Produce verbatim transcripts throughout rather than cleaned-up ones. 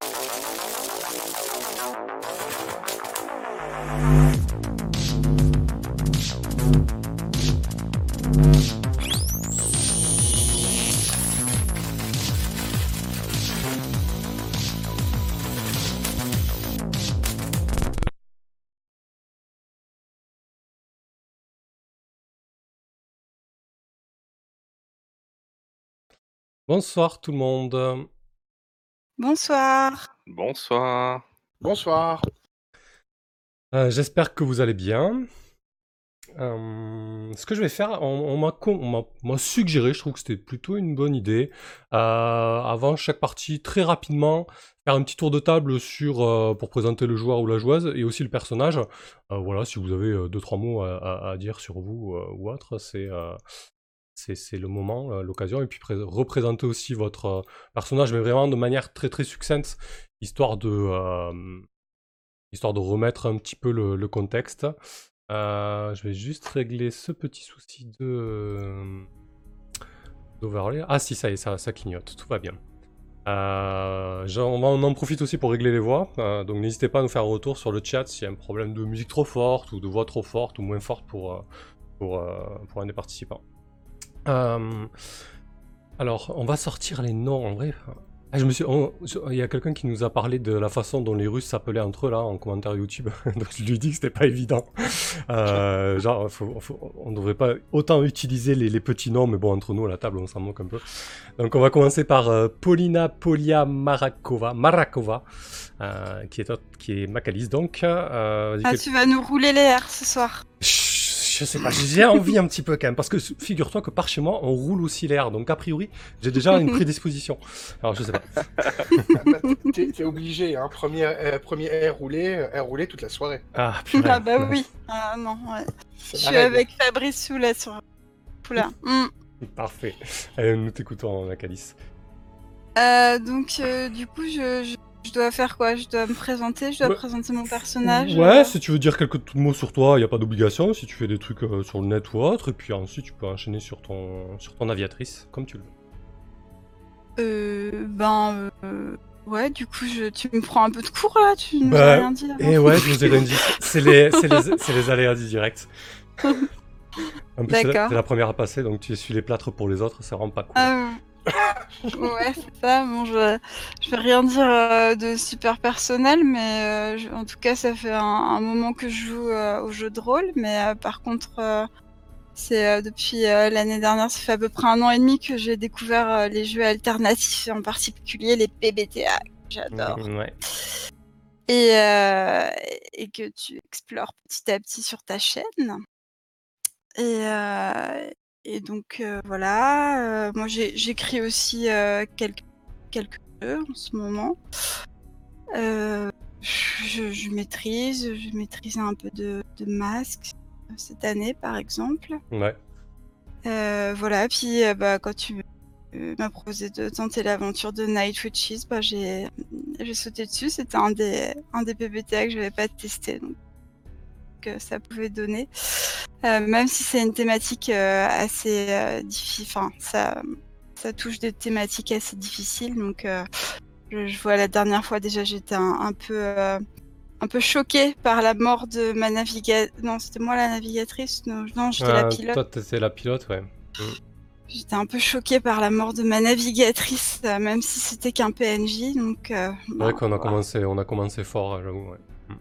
Bonsoir tout le monde. Bonsoir. Bonsoir. Bonsoir. Euh, J'espère que vous allez bien. Euh, ce que je vais faire, on, on m'a con- on m'a- m'a suggéré, je trouve que c'était plutôt une bonne idée, euh, avant chaque partie, très rapidement, faire un petit tour de table sur, euh, pour présenter le joueur ou la joueuse, et aussi le personnage. Euh, voilà, si vous avez euh, deux, trois mots à, à- à dire sur vous euh, ou autre, c'est euh, c'est c'est le moment, euh, l'occasion, et puis pré- représenter aussi votre euh, personnage, mais vraiment de manière très très succincte, histoire de... euh, histoire de remettre un petit peu le, le contexte. Euh, je vais juste régler ce petit souci de euh, d'overlay. Ah si, ça y est, ça, ça clignote, tout va bien. Euh, j'en- on, en on en profite aussi pour régler les voix, euh, donc n'hésitez pas à nous faire un retour sur le chat s'il y a un problème de musique trop forte, ou de voix trop forte, ou moins forte pour, euh, pour, euh, pour un des participants. Euh, alors, on va sortir les noms en vrai. Ah, je me suis, on- il y a quelqu'un qui nous a parlé de la façon dont les Russes s'appelaient entre eux là en commentaire YouTube. Donc je lui ai dit que c'était pas évident. Euh, genre, faut- faut- on devrait pas autant utiliser les, les petits noms, mais bon, entre nous à la table, on s'en moque un peu. Donc on va commencer par euh, Polina Polia Marakova, Marakova, euh, qui est qui est Macalis donc. Euh, vas-y, Ah, quel- tu vas nous rouler les R ce soir. Chut, je sais pas, j'ai envie un petit peu quand même, parce que figure-toi que par chez moi, on roule aussi l'air, donc a priori, j'ai déjà une prédisposition. Alors je sais pas. Bah, t'es, t'es obligé, hein. Premier, euh, premier air roulé, air roulé toute la soirée. Ah purée. Ah bah Ouais. oui. Ah non, ouais. C'est Je la suis règle. avec Fabrice Soula sur Poula. Mm. Parfait. Allez, nous t'écoutons, Macalis. Euh, donc euh, du coup, je, je, je dois faire quoi? Je dois me présenter, je dois Ouais. présenter mon personnage. Ouais, euh. si tu veux dire quelques t- mots sur toi, il n'y a pas d'obligation, si tu fais des trucs euh, sur le net ou autre, et puis ensuite tu peux enchaîner sur ton, sur ton aviatrice, comme tu le veux. Euh, ben euh, ouais, du coup, je, tu me prends un peu de cours là, tu nous as Bah, rien dit avant. et ouais, je vous ai rien dit, c'est les, c'est les, c'est les aléas du direct. En plus, c'est la, D'accord. t'es la première à passer, donc tu essuies les plâtres pour les autres, c'est vraiment pas cool. Ah, ouais, c'est ça. Bon, je, je vais rien dire euh, de super personnel, mais euh, je- en tout cas, ça fait un, un moment que je joue euh, au jeu de rôle. Mais euh, par contre, euh, c'est euh, depuis euh, l'année dernière, ça fait à peu près un an et demi que j'ai découvert euh, les jeux alternatifs, et en particulier les P B T A, que j'adore. Mm, ouais. Et, euh, et que tu explores petit à petit sur ta chaîne. Et, euh, et donc euh, voilà, euh, moi j'ai- j'écris aussi euh, quelques, quelques jeux en ce moment. Euh, je, je maîtrise, je maîtrise un peu de, de masques euh, cette année par exemple. Ouais. Euh, voilà, puis euh, bah, quand tu euh, m'as proposé de tenter l'aventure de Night Witches, bah, j'ai j'ai sauté dessus. C'était un des, un des P B T A que je n'avais pas testé, donc que ça pouvait donner. Euh, même si c'est une thématique euh, assez euh, difficile, enfin, ça, ça touche des thématiques assez difficiles. Donc, euh, je, je vois la dernière fois déjà, j'étais un, un peu, euh, un peu choquée par la mort de ma navigatrice. Non, c'était moi la navigatrice. Non, non j'étais la Euh, pilote. toi, t'étais la pilote, ouais. Mm. J'étais un peu choquée par la mort de ma navigatrice, euh, même si c'était qu'un P N J. Donc, euh, C'est vrai bon, qu'on a voilà. commencé, on a commencé fort, j'avoue, ouais. Mm.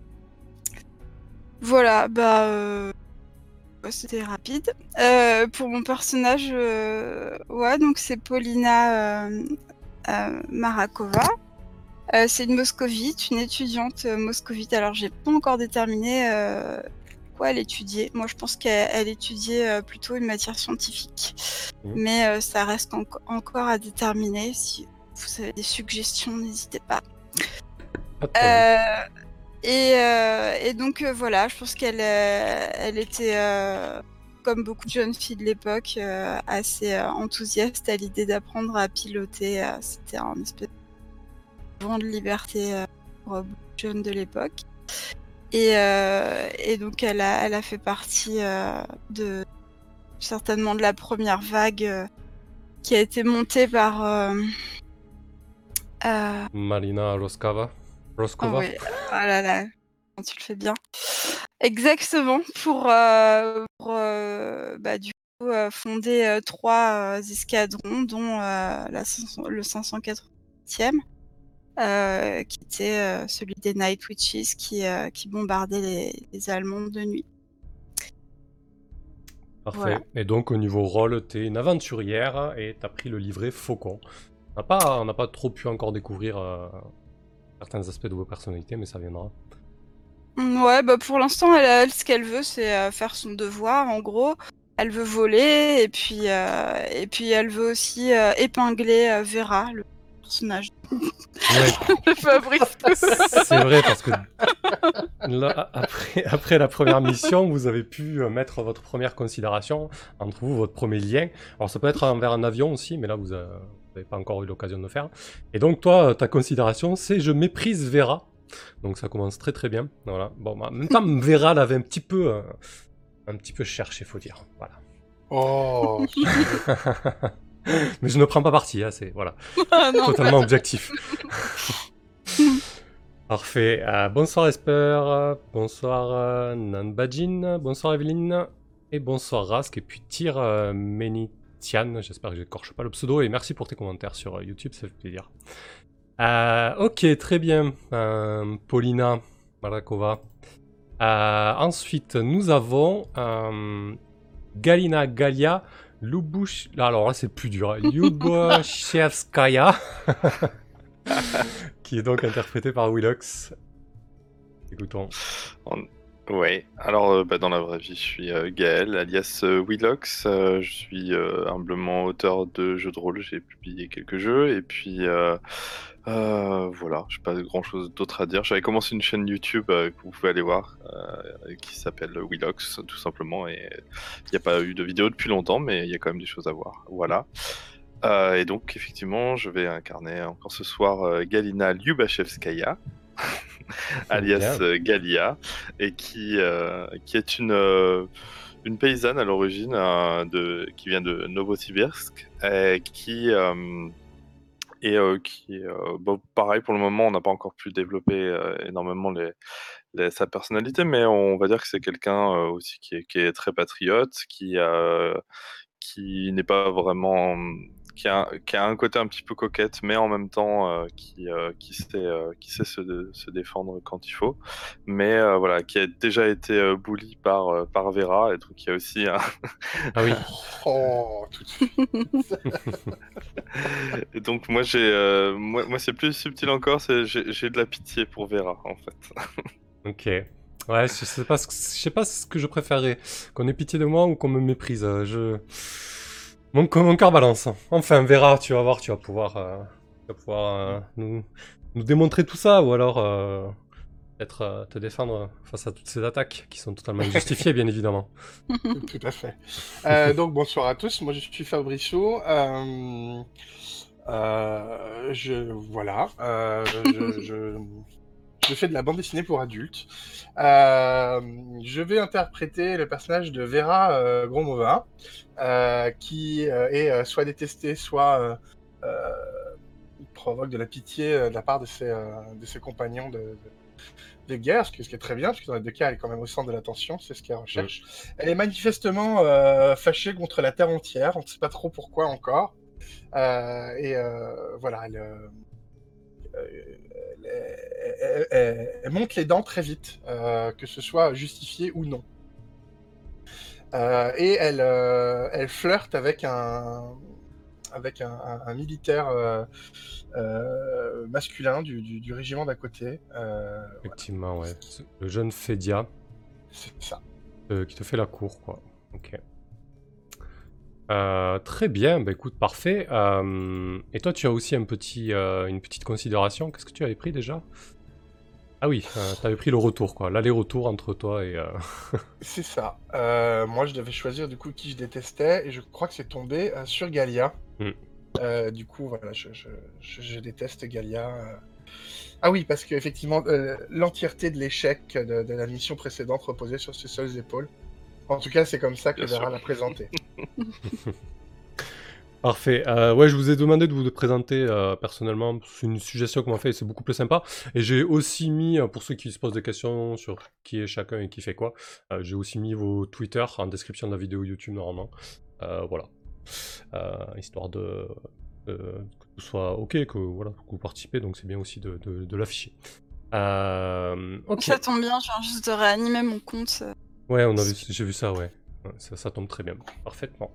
Voilà, bah. Euh... C'était rapide. Euh, pour mon personnage, euh, ouais, donc c'est Polina euh, euh, Marakova. Euh, c'est une moscovite, une étudiante euh, moscovite. Alors, j'ai pas encore déterminé euh, quoi elle étudiait. Moi, je pense qu'elle elle étudiait euh, plutôt une matière scientifique. Mmh. Mais euh, ça reste en- encore à déterminer. Si vous avez des suggestions, n'hésitez pas. Pas de problème. Euh, et, euh, et donc euh, voilà, je pense qu'elle euh, elle était, euh, comme beaucoup de jeunes filles de l'époque, euh, assez euh, enthousiaste à l'idée d'apprendre à piloter. Euh, C'était un espèce de vent de liberté euh, pour euh, beaucoup de jeunes de l'époque. Et, euh, et donc elle a, elle a fait partie euh, de certainement de la première vague euh, qui a été montée par, euh, Euh, Marina Roskava. oh Roskova. oui, ah là là, tu le fais bien. Exactement, pour, euh, pour euh, bah, du coup euh, fonder euh, trois euh, escadrons, dont euh, la, cinq- le cinq cent quatre-vingtième, euh, qui était euh, celui des Night Witches qui, euh, qui bombardait les, les Allemands de nuit. Voilà. Parfait. Et donc, au niveau rôle, t'es une aventurière et t'as pris le livret Faucon. On n'a pas, on n'a pas trop pu encore découvrir euh, certains aspects de vos personnalités, mais ça viendra. Mm, Ouais, bah pour l'instant, elle, elle, ce qu'elle veut, c'est euh, faire son devoir, en gros. Elle veut voler, et puis, euh, et puis elle veut aussi euh, épingler euh, Vera, le personnage Ouais, de Fabrice. c'est vrai, parce que là, après, après la première mission, vous avez pu euh, mettre votre première considération entre vous, votre premier lien. Alors, ça peut être envers un avion aussi, mais là, vous n'avez pas encore eu l'occasion de le faire. Et donc, toi, ta considération, c'est je méprise Vera. Donc, ça commence très très bien. Voilà. Bon, bah, en même temps, Vera l'avait un petit peu, euh, un petit peu cherché, faut dire. Voilà. Oh, Mais je ne prends pas parti, hein, c'est voilà, Ah non, totalement objectif. Parfait. Euh, bonsoir Esper, bonsoir euh, Nanbajin, bonsoir Evelyne, et bonsoir Rask, et puis Tyr euh, Menitian, j'espère que j'écorche pas le pseudo, et merci pour tes commentaires sur euh, YouTube, ça fait plaisir. Euh, ok, très bien, euh, Paulina Marakova. Euh, ensuite, nous avons euh, Galina Galia Lubush... Alors là, c'est plus dur. hein. Lubashevskaya, qui est donc interprétée par Willox. Écoutons. En- Ouais, alors euh, bah, dans la vraie vie, je suis euh, Gaël, alias euh, Willox. Euh, je suis euh, humblement auteur de jeux de rôle, j'ai publié quelques jeux, et puis euh, euh, voilà, j'ai pas grand chose d'autre à dire. J'avais commencé une chaîne YouTube euh, que vous pouvez aller voir, euh, qui s'appelle Willox, tout simplement, et il n'y a pas eu de vidéo depuis longtemps, mais il y a quand même des choses à voir. Voilà. Euh, et donc, effectivement, je vais incarner encore ce soir euh, Galina Lyubashevskaya. alias Bien. euh, Galia, et qui, euh, qui est une, euh, une paysanne à l'origine, euh, de, qui vient de Novosibirsk, et qui, euh, et, euh, qui est, euh, bon, pareil, pour le moment, on n'a pas encore pu développer euh, énormément les, les- sa personnalité, mais on va dire que c'est quelqu'un euh, aussi qui est, qui est très patriote, qui, euh, qui n'est pas vraiment, qui a, qui a un côté un petit peu coquette, mais en même temps euh, qui, euh, qui sait, euh, qui sait se, se défendre quand il faut, mais euh, voilà, qui a déjà été euh, bully par, euh, par Vera, et donc il y a aussi un... Ah oui. oh, tout de suite. Et donc moi j'ai, euh, moi, moi c'est plus subtil encore, c'est j'ai, j'ai de la pitié pour Vera en fait. Ok. Ouais, je sais pas ce que, je sais pas ce que je préférerais. Qu'on ait pitié de moi ou qu'on me méprise. euh, Je... Mon, mon cœur balance. Enfin, Vera, tu vas voir, tu vas pouvoir, euh, tu vas pouvoir euh, nous, nous démontrer tout ça, ou alors euh, peut-être euh, te défendre face à toutes ces attaques qui sont totalement injustifiées, bien évidemment. Tout, tout à fait. Euh, donc bonsoir à tous, moi je suis Fabricio. Euh, euh, je voilà, euh, je, je, je fais de la bande dessinée pour adultes. Euh, je vais interpréter le personnage de Vera euh, Gromova, euh, qui euh, est euh, soit détestée, soit euh, euh, provoque de la pitié euh, de la part de ses, euh, de ses compagnons de, de, de guerre, ce qui, ce qui est très bien, parce que dans les deux cas, elle est quand même au centre de l'attention, c'est ce qu'elle recherche. Mm. Elle est manifestement euh, fâchée contre la Terre entière, on ne sait pas trop pourquoi encore. Euh, et euh, voilà, elle, euh, elle, elle, elle, elle monte les dents très vite, euh, que ce soit justifié ou non. Euh, et elle, euh, elle flirte avec un, avec un, un, un militaire euh, euh, masculin du, du, du régiment d'à côté. Euh, Effectivement, voilà. Ouais. Le jeune Fédia. C'est ça. Euh, qui te fait la cour, quoi. Ok. Euh, très bien, bah écoute, parfait. Euh, et toi, tu as aussi un petit, euh, une petite considération. Qu'est-ce que tu avais pris déjà ? Ah oui, euh, tu avais pris le retour, quoi. L'aller-retour entre toi et... Euh... c'est ça. Euh, moi, je devais choisir du coup qui je détestais, et je crois que c'est tombé euh, sur Galia. Mm. Euh, du coup, voilà, je, je, je, je déteste Galia. Euh... Ah oui, parce qu'effectivement, euh, l'entièreté de l'échec de, de la mission précédente reposait sur ses seules épaules. En tout cas, c'est comme ça que Vera l'a présenté. Parfait. Euh, ouais, je vous ai demandé de vous présenter euh, personnellement. C'est une suggestion qu'on m'a fait et c'est beaucoup plus sympa. Et j'ai aussi mis, euh, pour ceux qui se posent des questions sur qui est chacun et qui fait quoi, euh, j'ai aussi mis vos Twitter en description de la vidéo YouTube normalement. Euh, voilà. Euh, histoire de, de- que tout soit ok, que, voilà, que vous participez, donc c'est bien aussi de, de- de l'afficher. Euh, ok. Ça tombe bien, je viens juste de réanimer mon compte. euh, Ouais, on a vu, j'ai vu ça, ouais. Ouais, ça, ça tombe très bien. Parfaitement.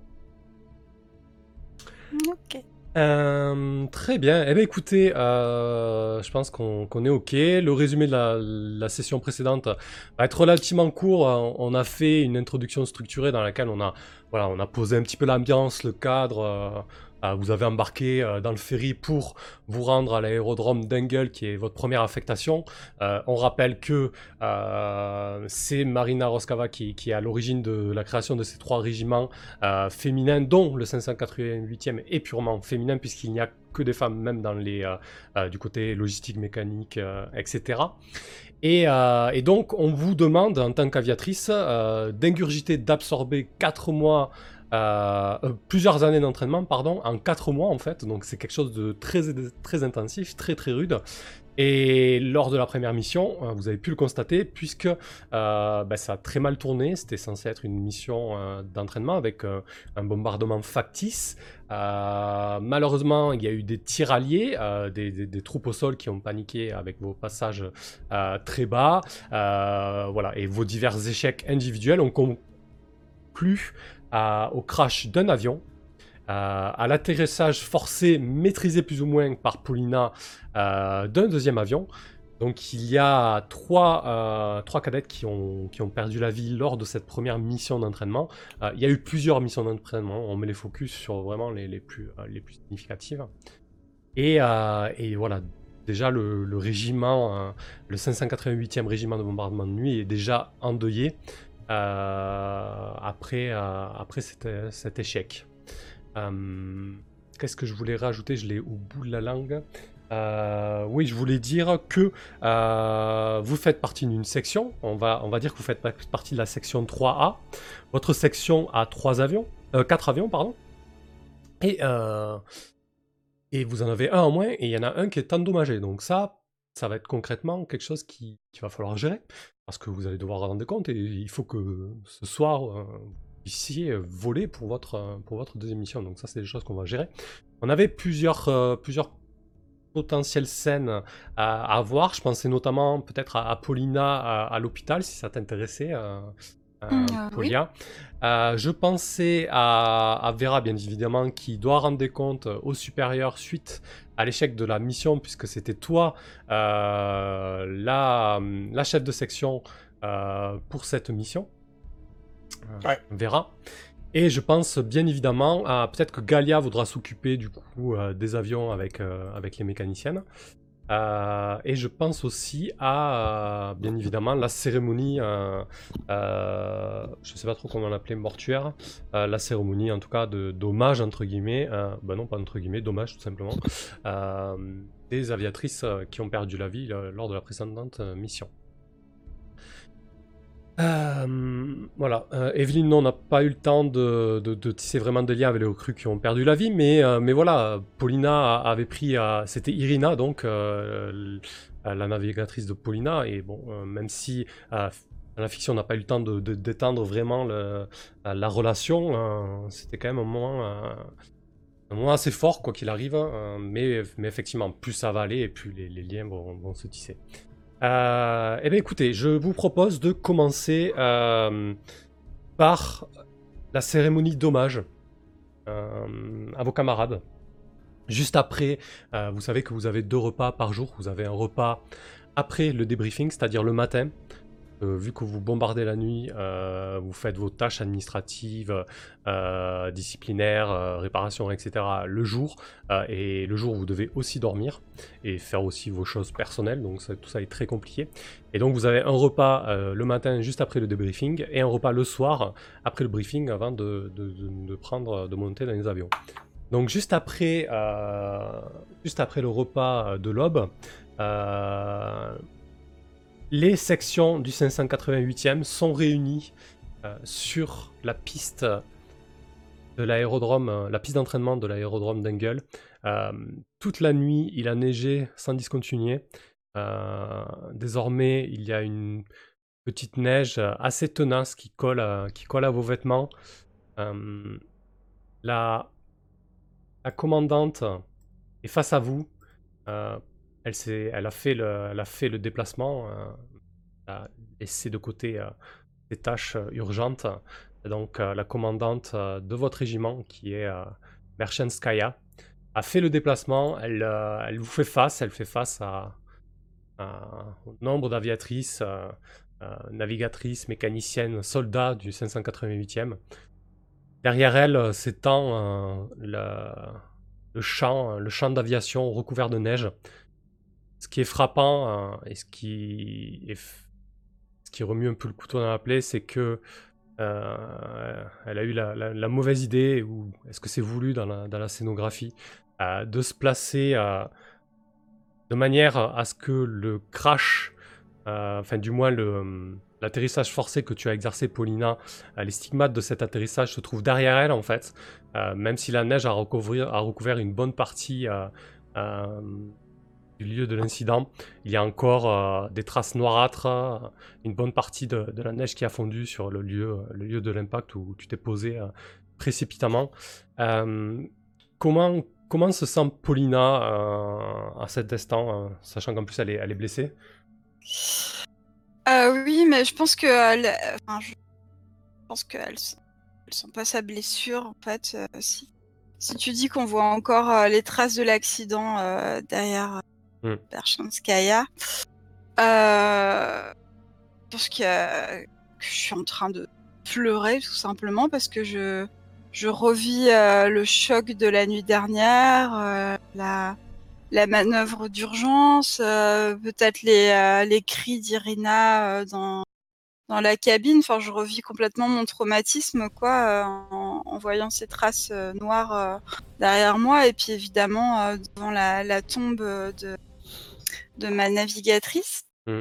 Ok. Euh, très bien. Eh bien, écoutez, euh, je pense qu'on qu'on est OK. Le résumé de la, la session précédente va être relativement court. On, on a fait une introduction structurée dans laquelle on a, voilà, on a posé un petit peu l'ambiance, le cadre. euh, euh, vous avez embarqué euh, dans le ferry pour vous rendre à l'aérodrome d'Engel, qui est votre première affectation. Euh, on rappelle que euh, c'est Marina Roskava qui, qui est à l'origine de la création de ces trois régiments euh, féminins, dont le cinq cent quatre-vingt-huitième est purement féminin, puisqu'il n'y a que des femmes, même dans les, euh, euh, du côté logistique, mécanique, euh, et cetera. Et, euh, et donc, on vous demande, en tant qu'aviatrice, euh, d'ingurgiter, d'absorber quatre mois, euh, euh, plusieurs années d'entraînement, pardon, en quatre mois, en fait. Donc, c'est quelque chose de très, très intensif, très, très rude. Et lors de la première mission, euh, vous avez pu le constater, puisque euh, bah, ça a très mal tourné. C'était censé être une mission euh, d'entraînement avec euh, un bombardement factice. Euh, malheureusement, il y a eu des tirs alliés, euh, des, des- des troupes au sol qui ont paniqué avec vos passages euh, très bas. Euh, voilà, et vos divers échecs individuels ont conclu à- au crash d'un avion. Euh, à l'atterrissage forcé, maîtrisé plus ou moins par Paulina, euh, d'un deuxième avion. Donc il y a trois, euh, trois cadettes qui ont, qui ont perdu la vie lors de cette première mission d'entraînement. Euh, il y a eu plusieurs missions d'entraînement, on met les focus sur vraiment les, les, plus, euh, les plus significatives. Et, euh, et voilà, déjà le, le régiment, euh, le cinq cent quatre-vingt-huitième régiment de bombardement de nuit est déjà endeuillé euh, après, euh, après cet, cet échec. Euh, Qu'est-ce que je voulais rajouter? Je l'ai au bout de la langue. Euh, oui, je voulais dire que euh, vous faites partie d'une section. On va, on va dire que vous faites partie de la section trois A. Votre section a trois avions, euh, quatre avions, pardon. Et, euh, et vous en avez un en moins, et il y en a un qui est endommagé. Donc ça, ça va être concrètement quelque chose qui, qui va falloir gérer, parce que vous allez devoir rendre compte, et il faut que ce soir, euh, vous puissiez voler pour votre, euh, pour votre deuxième mission. Donc ça, c'est des choses qu'on va gérer. On avait plusieurs, euh, plusieurs potentielles scènes à, à voir. Je pensais notamment peut-être à, à Paulina à, à l'hôpital, si ça t'intéressait, euh, euh, Mm, euh, oui. Paulia. Euh, je pensais à, à Vera, bien évidemment, qui doit rendre des comptes au supérieur suite à l'échec de la mission, puisque c'était toi, euh, la, la chef de section euh, pour cette mission. Euh, Ouais. Vera. Et je pense bien évidemment à peut-être que Galia voudra s'occuper du coup euh, des avions avec, euh, avec les mécaniciennes. Euh, et je pense aussi à, euh, bien évidemment, la cérémonie, euh, euh, je ne sais pas trop comment l'appeler, mortuaire, euh, la cérémonie en tout cas de d'hommage, entre guillemets, euh, ben non pas entre guillemets, dommage tout simplement, euh, des aviatrices euh, qui ont perdu la vie euh, lors de la précédente euh, mission. Euh, voilà, euh, Evelyne, non, on n'a pas eu le temps de, de, de tisser vraiment des liens avec les recrues qui ont perdu la vie, mais, euh, mais voilà, Paulina avait pris, euh, c'était Irina, donc euh, la navigatrice de Paulina, et bon, euh, même si euh, dans la fiction on n'a pas eu le temps de, de, d'étendre vraiment le, la relation, euh, c'était quand même un moment, euh, un moment assez fort, quoi qu'il arrive, euh, mais, mais effectivement, plus ça va aller, et plus les, les liens vont, vont se tisser. Euh, eh bien écoutez, je vous propose de commencer euh, par la cérémonie d'hommage euh, à vos camarades. Juste après, euh, vous savez que vous avez deux repas par jour. Vous avez un repas après le débriefing, c'est-à-dire le matin. Euh, vu que vous bombardez la nuit, euh, vous faites vos tâches administratives, euh, disciplinaires, euh, réparations, et cetera le jour. Euh, et le jour, vous devez aussi dormir et faire aussi vos choses personnelles. Donc ça, tout ça est très compliqué. Et donc vous avez un repas euh, le matin juste après le débriefing et un repas le soir après le briefing avant de, de, de, de prendre, de monter dans les avions. Donc juste après, euh, juste après le repas de l'aube, euh, les sections du cinq cent quatre-vingt-huitième sont réunies euh, sur la piste de l'aérodrome, euh, la piste d'entraînement de l'aérodrome d'Engel. Euh, toute la nuit, il a neigé sans discontinuer. Euh, désormais, il y a une petite neige assez tenace qui colle à, qui colle à vos vêtements. Euh, la, la commandante est face à vous. Euh, elle, s'est- elle, a fait le, elle a fait le déplacement, euh, elle a laissé de côté euh, des tâches euh, urgentes. Et donc, euh, la commandante euh, de votre régiment, qui est euh, Mershenskaya, a fait le déplacement. Elle, euh, elle vous fait face. Elle fait face à, à- au nombre d'aviatrices, euh, euh, navigatrices, mécaniciennes, soldats du cinq cent quatre-vingt-huitième. Derrière elle euh, s'étend euh, le, le champ, le champ d'aviation recouvert de neige. Ce qui est frappant euh, et ce qui, est f- ce qui remue un peu le couteau dans la plaie, c'est que euh, elle a eu la, la- la mauvaise idée, ou est-ce que c'est voulu dans la, dans la scénographie, euh, de se placer euh, de manière à ce que le crash, euh, enfin du moins le, l'atterrissage forcé que tu as exercé, Paulina, euh, les stigmates de cet atterrissage se trouvent derrière elle en fait, euh, même si la neige a recouvert, a recouvert une bonne partie euh, euh, du lieu de l'incident. Il y a encore euh, des traces noirâtres, euh, une bonne partie de, de la neige qui a fondu sur le lieu, le lieu de l'impact où tu t'es posé euh, précipitamment. Euh, comment, comment se sent Paulina euh, à cet instant, euh, sachant qu'en plus elle est, elle est blessée? Euh, oui, mais je pense que, elle- enfin, je pense qu'elle s- elle sent pas sa blessure en fait. euh, si, si tu dis qu'on voit encore euh, les traces de l'accident euh, derrière Hmm. Pershanskaya, euh, parce que, euh, que je suis en train de pleurer tout simplement parce que je je revis euh, le choc de la nuit dernière, euh, la la manœuvre d'urgence, euh, peut-être les euh, les cris d'Irina euh, dans dans la cabine. Enfin, je revis complètement mon traumatisme, quoi, euh, en, en voyant ces traces euh, noires euh, derrière moi, et puis évidemment euh, devant la, la tombe euh, de, de ma navigatrice. Hmm.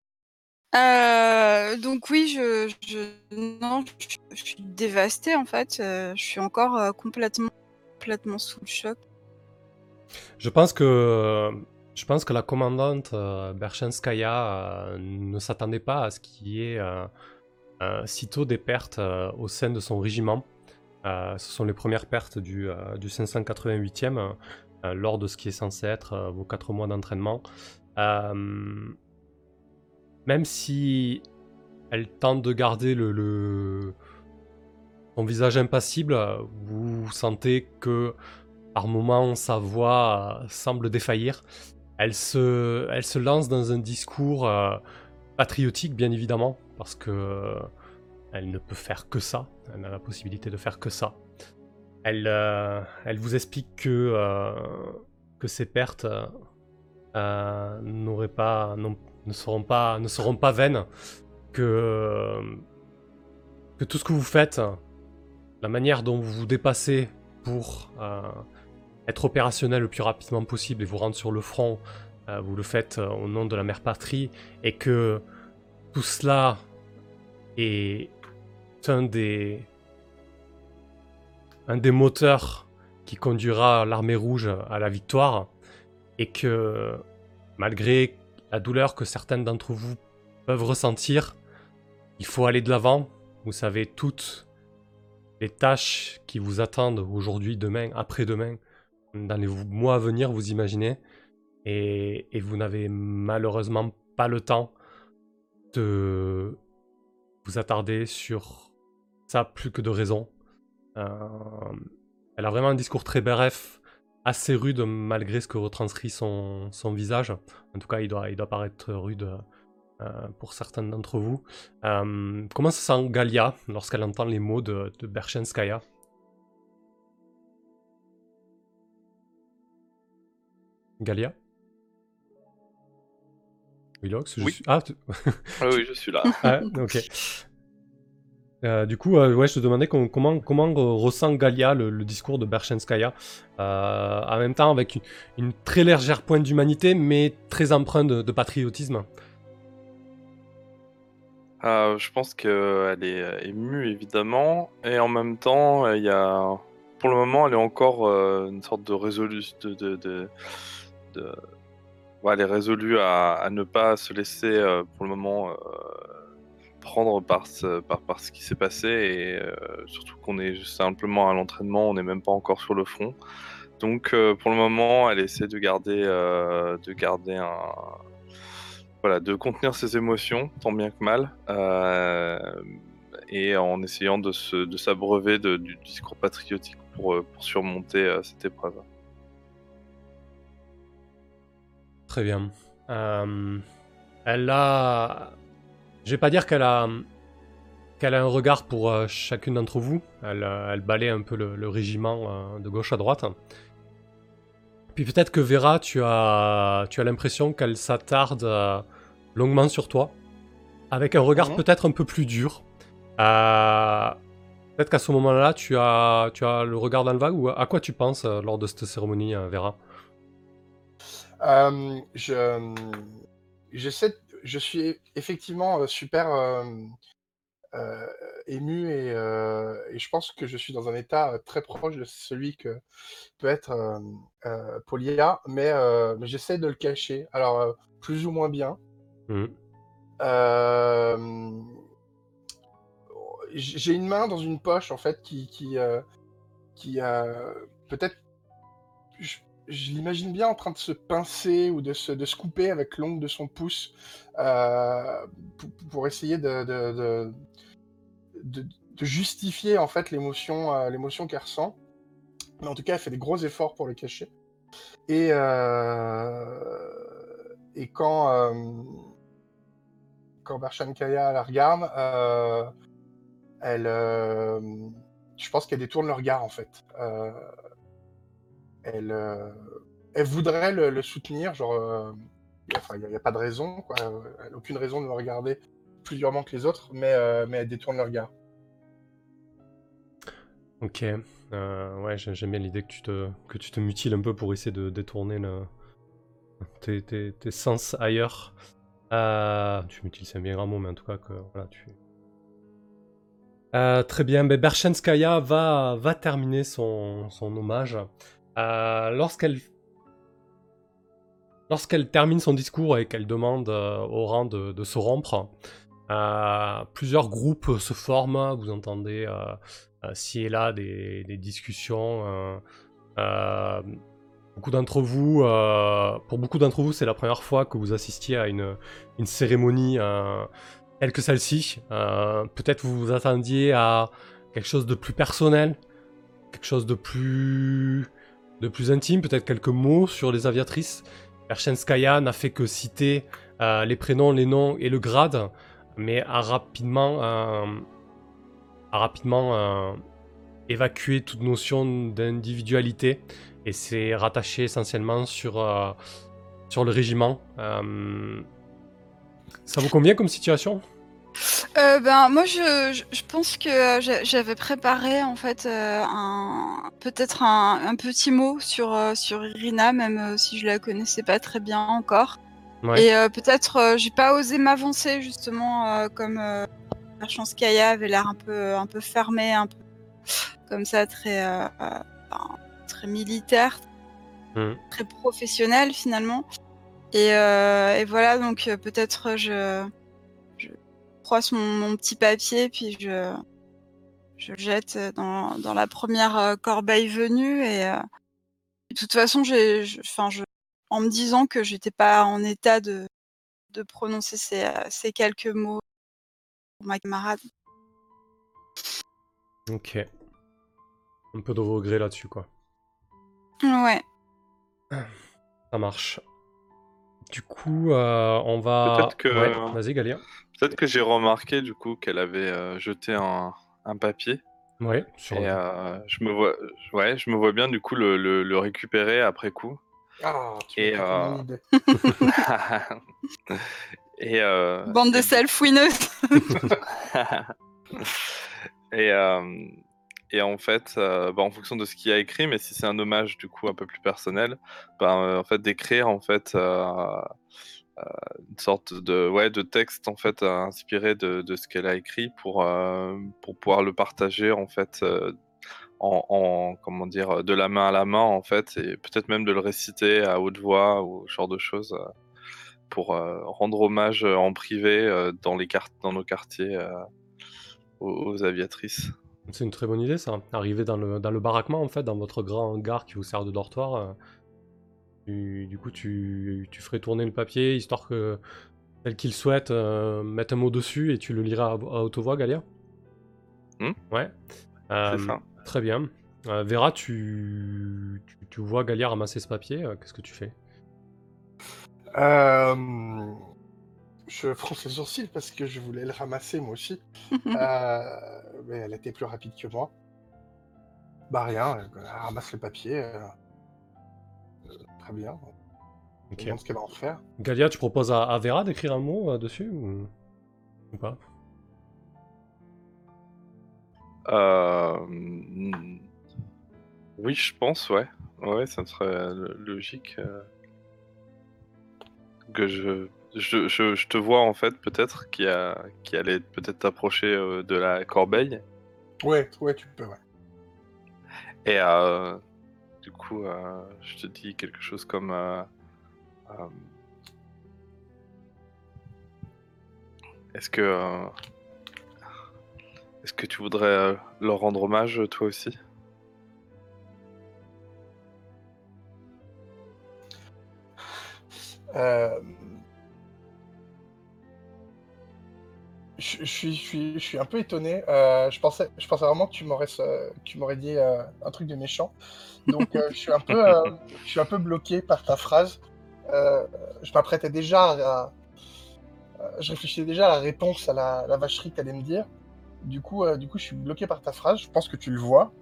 Euh, donc oui, je, je non, je, je suis dévastée en fait. Euh, je suis encore euh, complètement, complètement sous le choc. Je pense que je pense que la commandante euh, Bershenskaya euh, ne s'attendait pas à ce qu'il y ait euh, euh, sitôt des pertes euh, au sein de son régiment. Euh, ce sont les premières pertes du, euh, du cinq cent quatre-vingt-huitième euh, lors de ce qui est censé être euh, vos quatre mois d'entraînement. Euh, même si elle tente de garder le, le- son visage impassible, vous sentez que par moments sa voix euh, semble défaillir. Elle se, elle se lance dans un discours euh, patriotique, bien évidemment, parce que euh, elle ne peut faire que ça. Elle n'a la possibilité de faire que ça. Elle, euh, elle vous explique que, euh, que ces pertes euh, n'auraient pas, non- ne, seront pas, ne seront pas vaines, que, euh, que tout ce que vous faites, la manière dont vous vous dépassez pour euh, être opérationnel le plus rapidement possible et vous rendre sur le front, euh, vous le faites euh, au nom de la mère patrie, et que tout cela est un des, un des moteurs qui conduira l'armée rouge à la victoire, et que malgré la douleur que certaines d'entre vous peuvent ressentir, il faut aller de l'avant. Vous savez toutes les tâches qui vous attendent aujourd'hui, demain, après-demain, dans les mois à venir, vous imaginez, et, et vous n'avez malheureusement pas le temps de vous attarder sur ça plus que de raison. Euh, elle a vraiment un discours très bref, assez rude malgré ce que retranscrit son, son visage. En tout cas, il doit, il doit paraître rude euh, pour certains d'entre vous. Euh, comment se sent Galia lorsqu'elle entend les mots de, de Bershenskaya? Galia? Willox, je Oui. suis... Ah, tu... Ah oui, je suis là. ah, ok. Euh, du coup, euh, ouais, je te demandais com- comment, comment euh, ressent Galia le, le discours de Bershenskaya, euh, en même temps avec une, une très légère pointe d'humanité, mais très empreinte de, de patriotisme. Euh, je pense qu'elle est euh, émue évidemment, et en même temps, euh, il y a, pour le moment, elle est encore euh, une sorte de résolu, de, de, de, de- ouais, elle est résolue à, à ne pas se laisser euh, pour le moment euh, prendre par ce, par, par ce qui s'est passé, et euh, surtout qu'on est simplement à l'entraînement, on n'est même pas encore sur le front. Donc euh, pour le moment, elle essaie de garder, euh, de garder un, voilà, de contenir ses émotions, tant bien que mal, euh, et en essayant de, se, de s'abreuver de- du discours patriotique pour, euh, pour surmonter euh, cette épreuve. Très bien. Euh, elle a... Je vais pas dire qu'elle a... qu'elle a un regard pour euh, chacune d'entre vous. Elle, euh, elle balaye un peu le, le régiment euh, de gauche à droite. Puis peut-être que Vera, tu as, tu as l'impression qu'elle s'attarde euh, longuement sur toi, avec un regard Mhm. peut-être un peu plus dur. Euh, peut-être qu'à ce moment-là, tu as, tu as le regard dans le vague, ou à quoi tu penses euh, lors de cette cérémonie, euh, Vera? Euh, je, j'essaie, de- je suis effectivement euh, super euh, euh, ému et, euh, et je pense que je suis dans un état euh, très proche de celui que peut être euh, euh, Polia, mais, euh, mais j'essaie de le cacher. Alors, euh, plus ou moins bien. Mhm. Euh, j'ai une main dans une poche, en fait, qui, qui, euh, qui euh, peut-être, je, je l'imagine bien en train de se pincer ou de se, de se couper avec l'ongle de son pouce euh, pour, pour essayer de, de, de, de- de justifier, en fait, l'émotion euh, l'émotion qu'elle ressent. Mais en tout cas, elle fait des gros efforts pour le cacher. Et, euh, et quand, euh, quand Barshan Kaya la regarde, euh, elle, euh, je pense qu'elle détourne le regard en fait. Euh, elle, euh, elle voudrait le, le soutenir, genre, euh, enfin, il n'y a, y a pas de raison, quoi. Elle n'a aucune raison de me regarder plus durement que les autres, mais, euh, mais elle détourne le regard. Ok. Euh, ouais, j'ai- j'aime bien l'idée que tu te, que tu te mutiles un peu pour essayer de détourner le- tes, tes- tes sens ailleurs. Euh, tu mutiles, c'est un bien grand mot, mais en tout cas, que, voilà, tu... Euh, très bien, ben Bershenskaya va, va terminer son, son hommage. Euh, lorsqu'elle lorsqu'elle termine son discours et qu'elle demande euh, au rang de, de se rompre, euh, plusieurs groupes se forment. Vous entendez euh, euh, ci et là des, des discussions. euh, euh, beaucoup d'entre vous, euh, pour beaucoup d'entre vous, c'est la première fois que vous assistiez à une, une cérémonie euh, telle que celle-ci. Euh, peut-être vous vous attendiez à quelque chose de plus personnel, quelque chose de plus, de plus intime, peut-être quelques mots sur les aviatrices. Pershenskaya n'a fait que citer euh, les prénoms, les noms et le grade, mais a rapidement, euh, a rapidement euh, évacué toute notion d'individualité et s'est rattaché essentiellement sur, euh, sur le régiment. Euh, ça vous convient comme situation? Euh, ben moi je, je, je pense que euh, j'a- j'avais préparé en fait euh, un peut-être un, un petit mot sur euh, sur Irina, même euh, si je la connaissais pas très bien encore. Ouais. Et euh, peut-être euh, j'ai pas osé m'avancer justement euh, comme euh, Kaya avait l'air un peu un peu fermé, un peu comme ça, très euh, euh, enfin, très militaire, Mm. très professionnel finalement. Et, euh, et voilà, donc euh, peut-être je je croise mon, mon petit papier puis je je le jette dans, dans la première euh, corbeille venue et euh, de toute façon j'ai je- enfin je en me disant que j'étais pas en état de de prononcer ces, euh, ces quelques mots pour ma camarade. Ok. Un peu de regret là-dessus, quoi. Ouais. Ça marche. Du coup, euh, on va... Peut-être que, Ouais, vas-y, Galia. peut-être que j'ai remarqué du coup qu'elle avait euh, jeté un, un papier, Ouais, sur et le... euh, je me vois, ouais, je me vois bien du coup le, le, le récupérer après coup. Ah, tu m'as Et piqué euh... mon idée. et, euh... Bande de et du sales fouineuses. et, euh, et en fait, euh, bah, en fonction de ce qu'il y a écrit, mais si c'est un hommage du coup un peu plus personnel, bah, euh, en fait d'écrire en fait euh, une sorte de, ouais, de texte en fait euh, inspiré de, de ce qu'elle a écrit pour, euh, pour pouvoir le partager en fait euh, en, en, comment dire, de la main à la main en fait, et peut-être même de le réciter à haute voix ou ce genre de choses euh, pour euh, rendre hommage euh, en privé euh, dans, les quart- dans nos quartiers euh, aux, aux aviatrices. C'est une très bonne idée, ça. Arriver dans le, dans le baraquement, en fait, dans votre grand hangar qui vous sert de dortoir. euh, tu- du coup, tu, tu ferais tourner le papier, histoire que celle qu'il souhaite euh, mette un mot dessus et tu le liras à, à haute voix, Galia. Hmm, Ouais. c'est Euh, ça. Très bien. Euh, Vera, tu, tu, tu vois Galia ramasser ce papier. euh, Qu'est-ce que tu fais? Euh, Je fronce les sourcils parce que je voulais le ramasser moi aussi. Euh, Mais elle était plus rapide que moi. Bah rien, elle elle ramasse le papier. euh, euh, Très bien. Je me Ok. demande ce qu'elle va en faire. Galia, tu proposes à, à Vera d'écrire un mot euh, dessus ou, ou pas? Euh, hmm, Oui, je pense, ouais. Ouais, ça me serait euh, logique euh, que je, je, je, je te vois en fait peut-être qui a qui allait peut-être t'approcher euh, de la corbeille Ouais, ouais, tu peux, ouais. et euh, du coup euh, je te dis quelque chose comme euh, euh, est-ce que euh, est-ce que tu voudrais euh, leur rendre hommage toi aussi? Euh, Je, je suis, je, suis, je suis un peu étonné. Euh, je pensais, je pensais vraiment que tu m'aurais, euh, que tu m'aurais dit euh, un truc de méchant. Donc euh, je suis un peu, euh, je suis un peu bloqué par ta phrase. Euh, je m'apprêtais déjà à, à- je réfléchissais déjà à la réponse à la, la vacherie que t'allais me dire. Du coup, euh, du coup, je suis bloqué par ta phrase. Je pense que tu le vois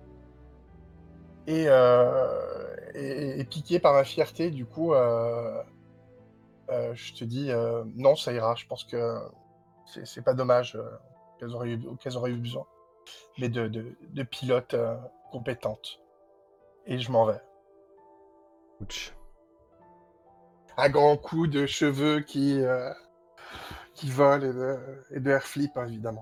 et, euh, et, et piqué par ma fierté. Du coup, euh, euh, je te dis euh, non, ça ira. Je pense que c'est c'est pas dommage euh, qu'elles auraient eu, qu'elles auraient eu besoin. Mais de, de, de pilote euh, compétente. Et je m'en vais. Ouch. À grands coups de cheveux qui, euh, qui volent et de, et de air flip, hein, évidemment.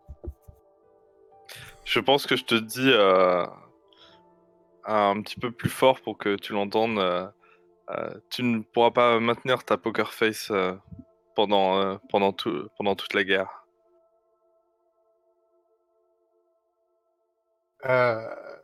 Je pense que je te dis euh, un petit peu plus fort pour que tu l'entendes. euh, euh, tu ne pourras pas maintenir ta poker face euh, pendant euh, pendant tout pendant toute la guerre. Euh,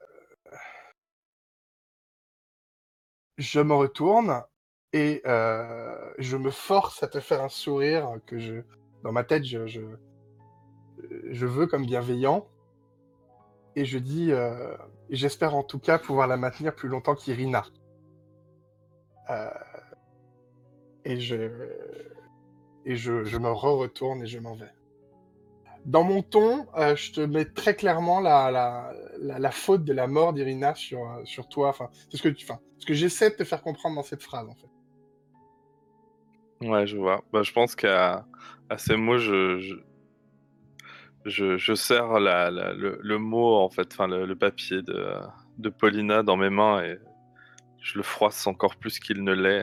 je me retourne et euh, je me force à te faire un sourire que je, dans ma tête, je, je, je veux comme bienveillant. Et je dis, euh, et j'espère en tout cas pouvoir la maintenir plus longtemps qu'Irina. Euh, et je, et je, je me re-retourne et je m'en vais. Dans mon ton, euh, je te mets très clairement la, la, la, la faute de la mort d'Irina sur, euh, sur toi. Enfin, c'est ce que tu, enfin, ce que j'essaie de te faire comprendre dans cette phrase, en fait. Ouais, je vois. Bah, je pense qu'à à ces mots, je, je, je, je serre la, la- le, le mot, en fait, enfin le, le papier de, de Paulina dans mes mains et je le froisse encore plus qu'il ne l'est.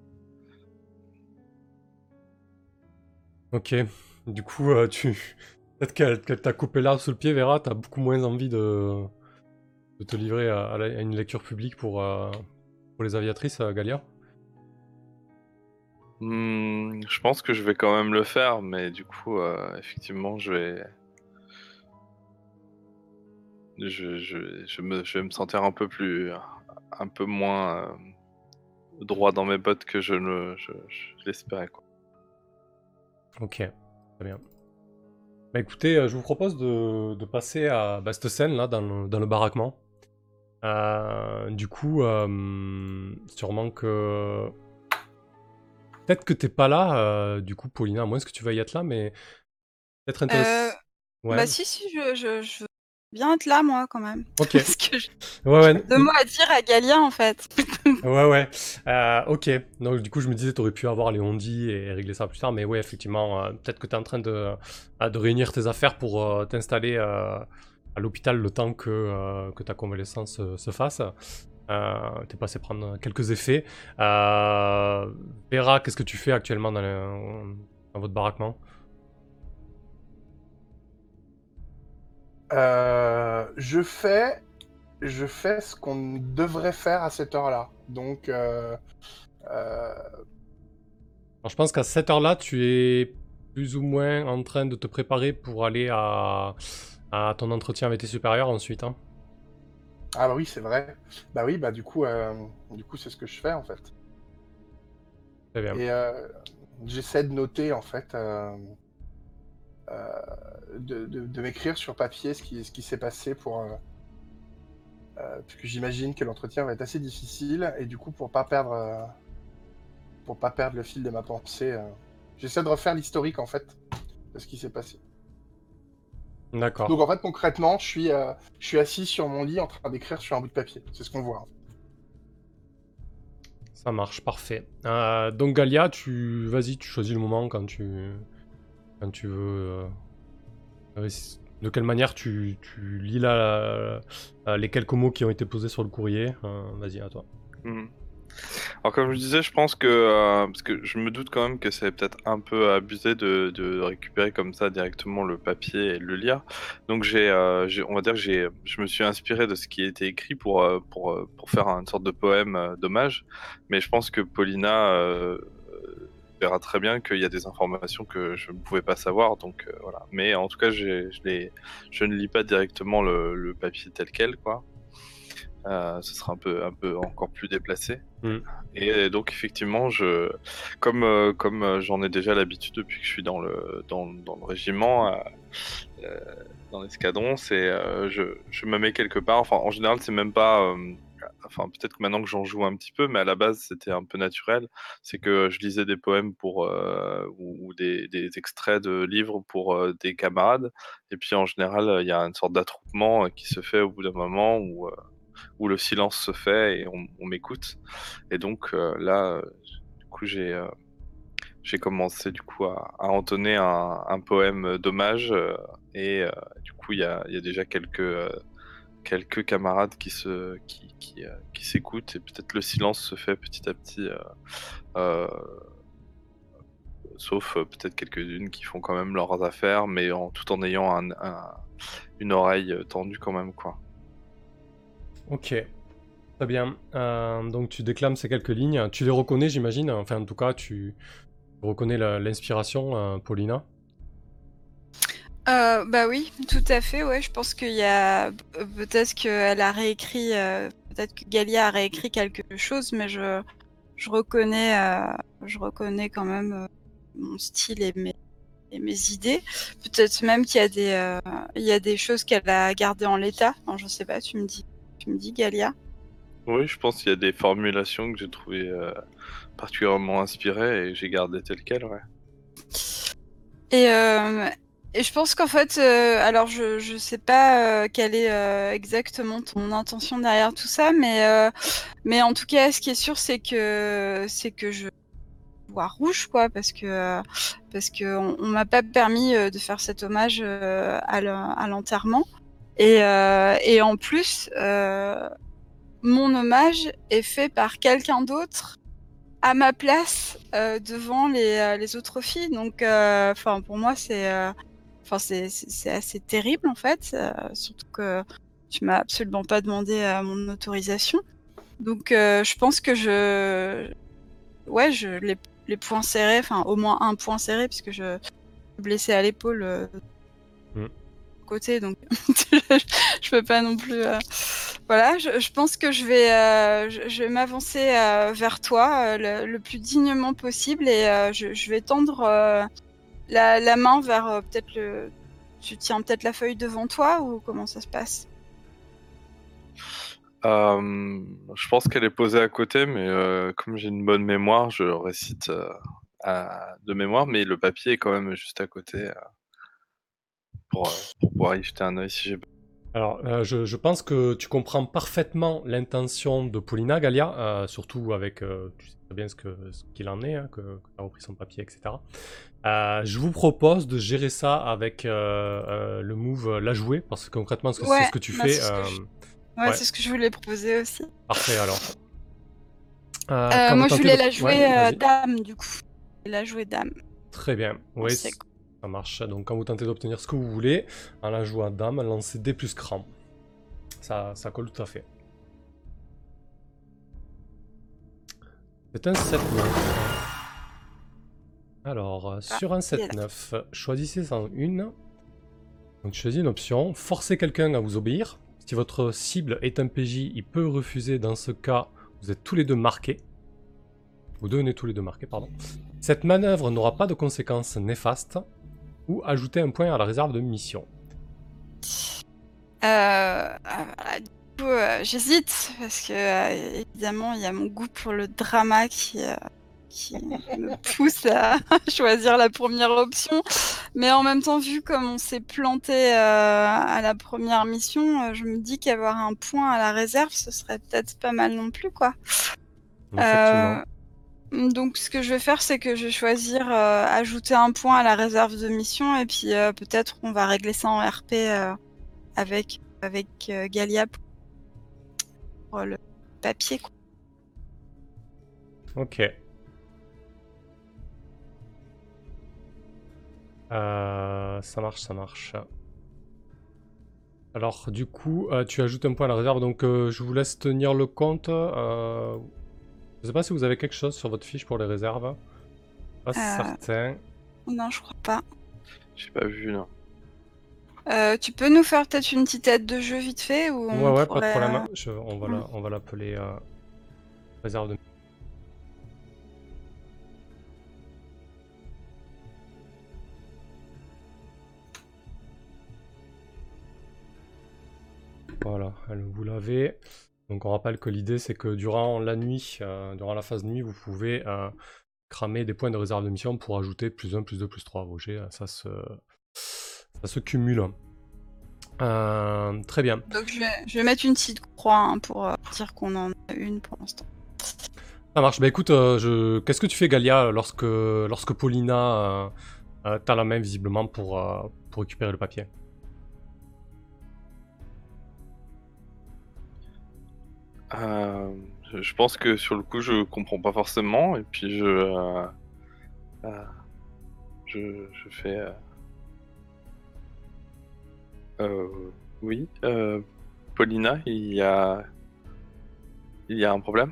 Ok. Du coup, euh, tu... Peut-être qu'elle qu'elle t'a coupé l'arbre sous le pied, Vera, t'as beaucoup moins envie de, de te livrer à, à la- à une lecture publique pour, euh, pour les aviatrices, euh, Galia. Hmm, je pense que je vais quand même le faire, mais du coup, euh, effectivement, je vais, je, je, je me, je vais me sentir un peu plus, un peu moins euh, droit dans mes bottes que je ne, je, je l'espérais, quoi. Ok, très bien. Bah écoutez, euh, je vous propose de, de passer à bah, cette scène là dans le, dans le baraquement. Euh, du coup, euh, sûrement que. Peut-être que t'es pas là, euh, du coup, Paulina, à moins que tu veuilles être là, mais peut-être Euh, intéressant. Ouais, Bah si, si, je, je, je veux bien être là, moi, quand même. ok. Parce que j'ai Ouais, ouais. deux mots à dire à Galia, en fait. Ouais, ouais. Euh, ok. Donc, du coup, je me disais, t'aurais pu avoir les ondis et régler ça plus tard. Mais ouais, effectivement, euh, peut-être que t'es en train de, euh, de réunir tes affaires pour euh, t'installer euh, à l'hôpital le temps que, euh, que ta convalescence euh, se fasse. Euh, t'es passé prendre quelques effets. Euh, Vera, qu'est-ce que tu fais actuellement dans, le- dans votre baraquement? Euh, je fais, je fais ce qu'on devrait faire à cette heure-là. Donc, euh, euh, Alors, je pense qu'à cette heure-là, tu es plus ou moins en train de te préparer pour aller à, à ton entretien avec tes supérieurs ensuite. Hein. ah bah oui, c'est vrai. Bah oui, bah du coup, euh, du coup, c'est ce que je fais en fait. Très bien. Et euh, j'essaie de noter en fait, euh, euh, de, de- de m'écrire sur papier ce qui, ce qui s'est passé pour, euh, euh, puisque j'imagine que l'entretien va être assez difficile et du coup pour pas perdre, euh, pour pas perdre le fil de ma pensée, euh, j'essaie de refaire l'historique en fait de ce qui s'est passé. D'accord. Donc en fait concrètement, je suis, euh, je suis assis sur mon lit en train d'écrire sur un bout de papier. C'est ce qu'on voit. En fait. Ça marche, parfait. Euh, donc Galia, tu vas-y, tu choisis le moment quand tu quand tu veux. euh, euh, si- De quelle manière tu, tu lis la, la- les quelques mots qui ont été posés sur le courrier. Euh, vas-y, à toi. Mhm. Alors comme je disais, je pense que euh, parce que je me doute quand même que c'est peut-être un peu abusé de, de récupérer comme ça directement le papier et le lire. Donc j'ai, euh, j'ai- on va dire que j'ai, je me suis inspiré de ce qui a été écrit pour euh, pour euh, pour faire une sorte de poème euh, d'hommage. Mais je pense que Paulina euh, euh, verra très bien qu'il y a des informations que je ne pouvais pas savoir. Donc euh, voilà. Mais en tout cas, j'ai, je l'ai, je ne lis pas directement le, le papier tel quel, quoi. Euh, ce sera un peu un peu encore plus déplacé. Mm. Et donc effectivement, je, comme euh, comme euh, j'en ai déjà l'habitude depuis que je suis dans le dans, dans le régiment, euh, euh, dans l'escadron, c'est euh, je, je me mets quelque part. Enfin, en général, c'est même pas. euh, enfin, peut-être que maintenant que j'en joue un petit peu, mais à la base, c'était un peu naturel. C'est que je lisais des poèmes pour euh, ou, ou des, des extraits de livres pour euh, des camarades. Et puis en général, il y a une sorte d'attroupement euh, qui se fait au bout d'un moment où euh, où le silence se fait et on, on m'écoute. Et donc euh, là, euh, du coup, j'ai euh, j'ai commencé du coup à, à entonner un, un poème d'hommage euh, et euh, du coup, il y a, il y a déjà quelques euh, quelques camarades qui se qui qui, euh, qui s'écoutent et peut-être le silence se fait petit à petit. Euh, euh, Sauf euh, peut-être quelques-unes qui font quand même leurs affaires, mais en, tout en ayant un, un- une oreille euh, tendue quand même, quoi. Ok. Très bien. Euh, donc tu déclames ces quelques lignes. Tu les reconnais, j'imagine. Enfin, en tout cas, tu reconnais la- l'inspiration, euh, Paulina. Euh, bah oui, tout à fait, ouais. Je pense qu'il y a pe- peut-être qu'elle a réécrit, euh, peut-être que Galia a réécrit quelque chose, mais je, je reconnais, euh, je reconnais quand même euh, mon style et mes, et mes idées. Peut-être même qu'il y a des, euh, il y a des choses qu'elle a gardées en l'état. Enfin, je sais pas. Tu me dis, tu me dis, Galia. Oui, je pense qu'il y a des formulations que j'ai trouvées euh, particulièrement inspirées et j'ai gardé telles quelles, ouais. Et, euh, et je pense qu'en fait, euh, alors je je sais pas euh, quelle est euh, exactement ton intention derrière tout ça, mais euh, mais en tout cas, ce qui est sûr, c'est que c'est que je vois rouge, quoi, parce que euh, parce que on, on m'a pas permis euh, de faire cet hommage euh, à l'en- à l'enterrement. Et euh, et en plus, euh, mon hommage est fait par quelqu'un d'autre à ma place euh, devant les, euh, les autres filles. Donc, euh, enfin, pour moi, c'est, euh, enfin, c'est, c'est c'est assez terrible en fait, euh, surtout que tu m'as absolument pas demandé euh, mon autorisation. Donc, euh, je pense que je, ouais, je les, les poings serrés, enfin, au moins un point serré, puisque je suis blessée à l'épaule. Euh, Mm. côté, donc je peux pas non plus. euh, Voilà, je, je pense que je vais, euh, je, je vais m'avancer euh, vers toi euh, le, le plus dignement possible et euh, je, je vais tendre euh, la, la main vers euh, peut-être le. Tu tiens peut-être la feuille devant toi ou comment ça se passe? Euh, je pense qu'elle est posée à côté, mais euh, comme j'ai une bonne mémoire, je récite euh, à- de mémoire, mais le papier est quand même juste à côté euh, pour, euh, pour pouvoir y jeter un œil si j'ai besoin. Alors, euh, je, je pense que tu comprends parfaitement l'intention de Paulina, Galia, euh, surtout avec, euh, tu sais très bien ce que ce qu'il en est, hein, que, que tu as repris son papier, et cetera. Euh, je vous propose de gérer ça avec euh, euh, le move euh, la jouer, parce que concrètement, c'est c'est Ouais, ce que tu bah, fais. c'est ce que euh, je... ouais, ouais, c'est ce que je voulais proposer aussi. parfait alors. Euh, Euh, quand vous moi, je tentez voulais de- la jouer Ouais, euh, vas-y. dame, du coup. Je voulais la jouer dame. Très bien. Oui, C'est c- ça marche. Donc quand vous tentez d'obtenir ce que vous voulez, en la jouant dame, lancez D plus cran. Ça, ça colle tout à fait. C'est un sept neuf. Alors, euh, sur un il est sept là. neuf, choisissez en une. Donc choisis une option. Forcez quelqu'un à vous obéir. Si votre cible est un P J, il peut refuser. Dans ce cas, vous êtes tous les deux marqués. Vous devenez tous les deux marqués, pardon. Cette manœuvre n'aura pas de conséquences néfastes. Ou ajouter un point à la réserve de mission. Euh, euh, voilà, du coup, euh, j'hésite parce que euh, évidemment, il y a mon goût pour le drama qui, euh, qui me pousse à choisir la première option. Mais en même temps, vu comme on s'est planté euh, à la première mission, euh, je me dis qu'avoir un point à la réserve, ce serait peut-être pas mal non plus, quoi. Effectivement. Euh, donc, ce que je vais faire, c'est que je vais choisir euh, ajouter un point à la réserve de mission et puis euh, peut-être on va régler ça en R P euh, avec avec euh, Galia pour le papier, quoi. Ok. Euh, ça marche, ça marche. Alors, du coup, euh, tu ajoutes un point à la réserve, donc euh, je vous laisse tenir le compte. Euh, je sais pas si vous avez quelque chose sur votre fiche pour les réserves. Pas Euh, certain. Non, je crois pas. J'ai pas vu, non. Euh, tu peux nous faire peut-être une petite aide de jeu vite fait ou Ouais, on ouais, pas de pourrait. problème. euh, Je- on va ouais. la- on va l'appeler euh, réserve de. Voilà, elle- vous l'avez. Donc on rappelle que l'idée c'est que durant la nuit, euh, durant la phase nuit, vous pouvez euh, cramer des points de réserve de mission pour ajouter plus un, plus deux, plus trois à vos jets. Ça se, ça se cumule. Euh, très bien. Donc je vais, je vais mettre une petite croix hein, pour euh, dire qu'on en a une pour l'instant. Ça marche. Bah écoute, euh, je... qu'est-ce que tu fais Galia lorsque, lorsque Paulina euh, euh, t'a la main visiblement pour, euh, pour récupérer le papier? Euh, je je pense que sur le coup, je comprends pas forcément, et puis je, euh, euh, je, je fais. Euh, euh, oui, euh, Paulina, il y a, il y a un problème?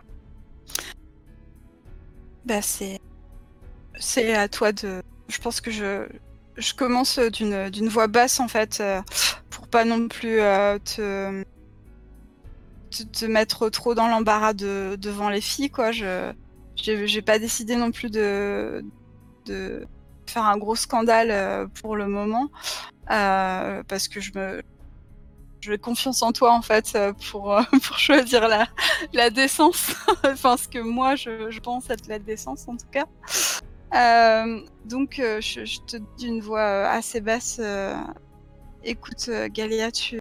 Bah c'est, c'est à toi de. Je pense que je, je commence d'une, d'une voix basse en fait euh, pour pas non plus euh, te, te, te mettre trop dans l'embarras de, devant les filles quoi. Je, j'ai, j'ai pas décidé non plus de, de faire un gros scandale euh, pour le moment euh, parce que je me j'ai confiance en toi en fait euh, pour, euh, pour choisir la, la décence, enfin ce que moi je, je pense être la décence en tout cas. Euh, donc euh, je, je te dis d'une voix euh, assez basse, euh, écoute euh, Galia, tu...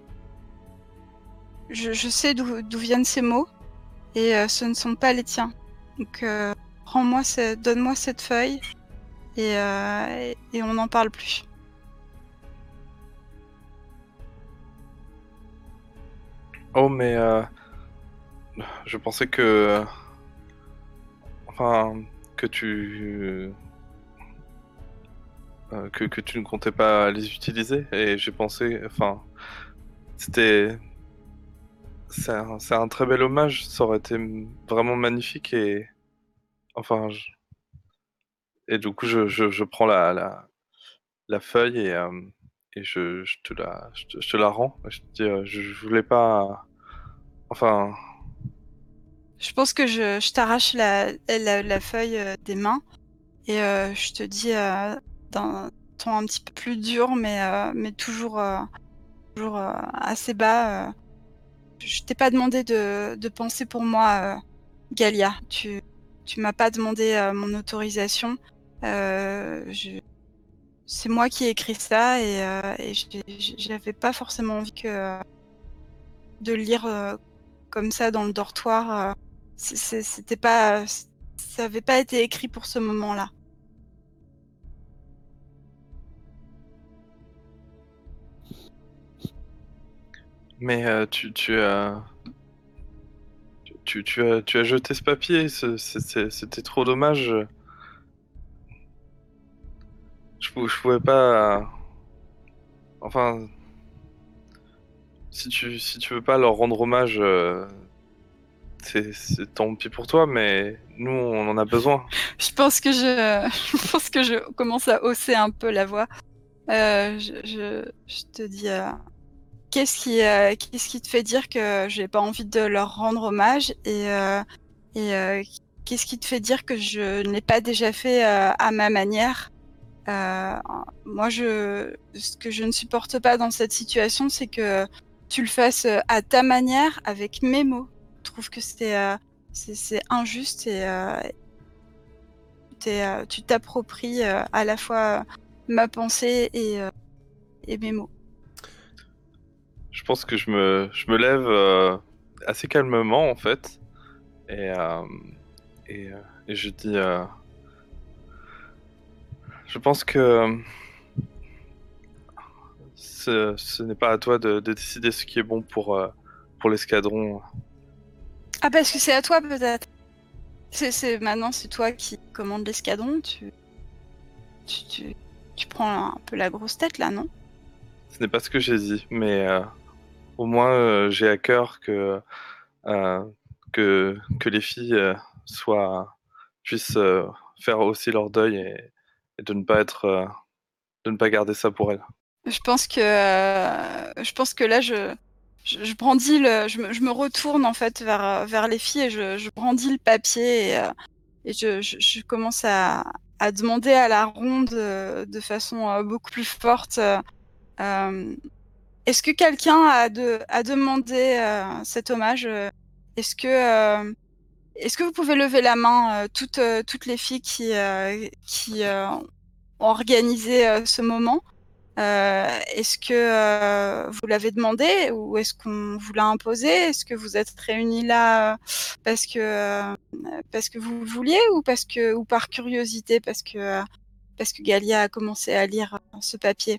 je, je sais d'où d'où viennent ces mots et euh, ce ne sont pas les tiens. Donc euh, prends-moi, ce- donne-moi cette feuille et, euh, et, et on n'en parle plus. Oh, mais euh, je pensais que, enfin, que tu, euh, que, que tu ne comptais pas les utiliser, et j'ai pensé, enfin, c'était, c'est un, c'est un très bel hommage, ça aurait été m- vraiment magnifique, et enfin, je- et du coup, je, je, je prends la, la, la feuille et, euh, et je, je te la, je te, je te la rends. Je te dis, euh, je, je voulais pas, enfin, Je pense que je, je t'arrache la, la, la feuille euh, des mains et euh, je te dis euh, d'un ton un petit peu plus dur, mais, euh, mais toujours, euh, toujours euh, assez bas. euh, je t'ai pas demandé de, de penser pour moi, euh, Galia. Tu, tu m'as pas demandé euh, mon autorisation. Euh, je- c'est moi qui ai écrit ça et, euh, et j'ai- j'avais pas forcément envie que, de le lire euh, comme ça dans le dortoir. euh, c'est- c'est- c'était pas, ça avait pas été écrit pour ce moment-là. mais euh, tu, tu, euh, tu, tu, tu, as, tu as jeté ce papier, ce- c'est- c'est- c'était trop dommage. Je, pou- je pouvais pas. Enfin, si tu, si tu veux pas leur rendre hommage, euh, c'est c'est tant pis pour toi, mais nous, on en a besoin. Je pense que je, je pense que je commence à hausser un peu la voix. Euh, je, je, je te dis, euh, qu'est-ce qui, euh, qu'est-ce qui te fait dire que j'ai pas envie de leur rendre hommage et, euh, et euh, qu'est-ce qui te fait dire que je ne l'ai pas déjà fait euh, à ma manière? Euh, moi, je, ce que je ne supporte pas dans cette situation, c'est que tu le fasses euh, à ta manière, avec mes mots. Je trouve que c'est, euh, c'est, c'est injuste et euh, t'es, euh, tu t'appropries euh, à la fois euh, ma pensée et, euh, et mes mots. Je pense que je me, je me lève euh, assez calmement, en fait, et, euh, et, euh, et je dis. euh, je pense que euh, ce, ce n'est pas à toi de, de décider ce qui est bon pour, euh, pour l'escadron. Ah, parce que c'est à toi peut-être. C'est, c'est maintenant c'est toi qui commande l'escadron. Tu, tu, tu, tu prends un peu la grosse tête là, non? Ce n'est pas ce que j'ai dit, mais euh, au moins euh, j'ai à cœur que, euh, que, que les filles euh, soient, puissent euh, faire aussi leur deuil et, et de ne pas être, euh, de ne pas garder ça pour elles. Je pense que euh, je pense que là je je, je brandis le je me, je me retourne en fait vers vers les filles et je, je brandis le papier et, euh, et je, je, je commence à à demander à la ronde euh, de façon euh, beaucoup plus forte. euh, euh, Est-ce que quelqu'un a de a demandé euh, cet hommage? euh, Est-ce que euh, est-ce que vous pouvez lever la main euh, toutes euh, toutes les filles qui euh, qui euh, ont organisé euh, ce moment? Euh, est-ce que euh, vous l'avez demandé ou est-ce qu'on vous l'a imposé? Est-ce que vous êtes réunis là euh, parce que euh, parce que vous le vouliez ou parce que ou par curiosité parce que euh, parce que Galia a commencé à lire euh, ce papier?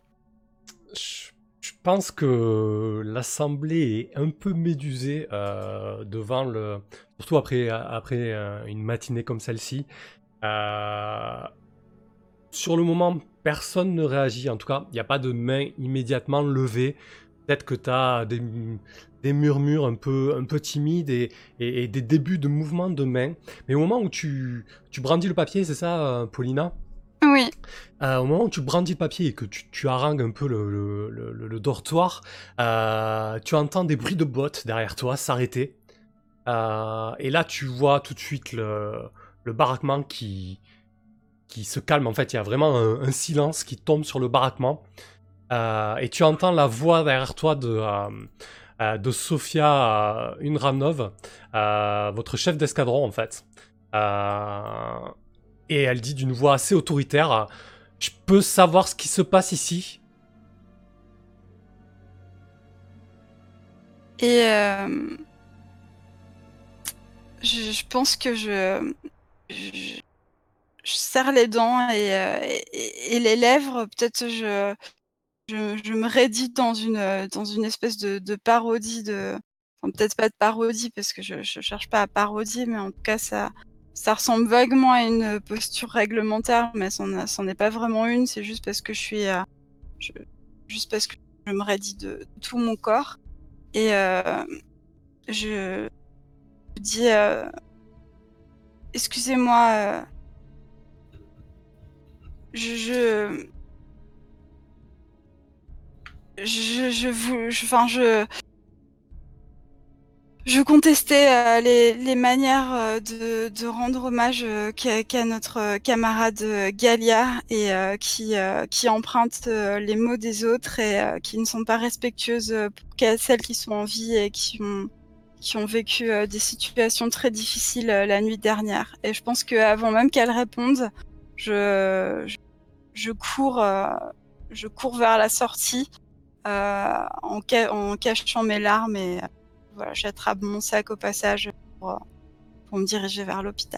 Je, je pense que l'assemblée est un peu médusée euh, devant le, surtout après après euh, une matinée comme celle-ci. Euh, sur le moment, personne ne réagit. En tout cas, il n'y a pas de main immédiatement levée. Peut-être que tu as des, des murmures un peu, un peu timides et, et- et des débuts de mouvements de main. Mais au moment où tu, tu brandis le papier, c'est ça, euh, Paulina? Oui. Euh, au moment où tu brandis le papier et que tu, tu harangues un peu le, le- le- le- le dortoir, euh, tu entends des bruits de bottes derrière toi s'arrêter. Euh, et là, tu vois tout de suite le, le baraquement qui, qui se calme. En fait, il y a vraiment un, un silence qui tombe sur le baraquement. Euh, et tu entends la voix derrière toi de, euh, euh, de Sofia euh, Unramnov, euh, votre chef d'escadron en fait. Euh, et elle dit d'une voix assez autoritaire: je peux savoir ce qui se passe ici? Et euh, je, je pense que je, je je serre les dents et, euh, et, et les lèvres. Peut-être je Je, je me raidis dans une, euh, dans une espèce de, de parodie de. Enfin, peut-être pas de parodie parce que je, je cherche pas à parodier, mais en tout cas, ça, ça ressemble vaguement à une posture réglementaire, mais c'en a- c'en est pas vraiment une. C'est juste parce que je suis. euh, je- juste parce que je me raidis de tout mon corps. Et euh, je dis euh, excusez-moi, euh, je. je je, je vous, je- enfin, je, Je contestais euh, les, les manières euh, de, de rendre hommage euh, qu'a qu'a notre euh, camarade euh, Galia et euh, qui, euh, qui emprunte euh, les mots des autres et euh, qui ne sont pas respectueuses euh, pour qu'à- celles qui sont en vie et qui ont, qui ont vécu euh, des situations très difficiles euh, la nuit dernière. Et je pense qu'avant même qu'elle réponde, je, je, je cours, euh, je cours vers la sortie euh, en, ca- en cachant mes larmes et euh, voilà, j'attrape mon sac au passage pour, euh, pour me diriger vers l'hôpital.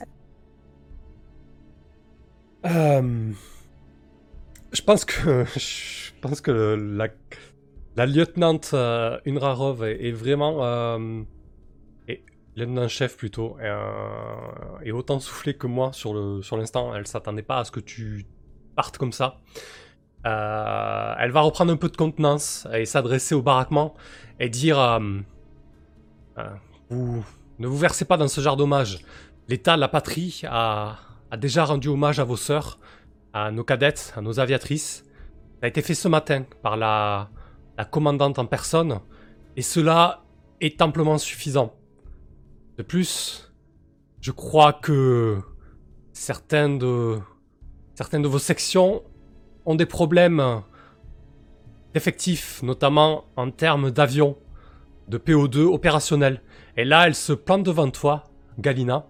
Euh, je pense que je pense que la, la lieutenant euh, Unrarov est, est vraiment euh, est, lieutenant-chef plutôt, euh, est autant soufflée que moi sur le sur l'instant. Elle s'attendait pas à ce que tu partes comme ça. Euh, elle va reprendre un peu de contenance et s'adresser au baraquement et dire euh, euh, vous ne vous versez pas dans ce genre d'hommage. L'État, la patrie, a, a déjà rendu hommage à vos sœurs, à nos cadettes, à nos aviatrices. Ça a été fait ce matin par la, la commandante en personne, et cela est amplement suffisant. De plus, je crois que certains de, certaines de vos sections ont des problèmes d'effectifs, notamment en termes d'avions, de P O deux opérationnels. Et là, elle se plante devant toi, Galina.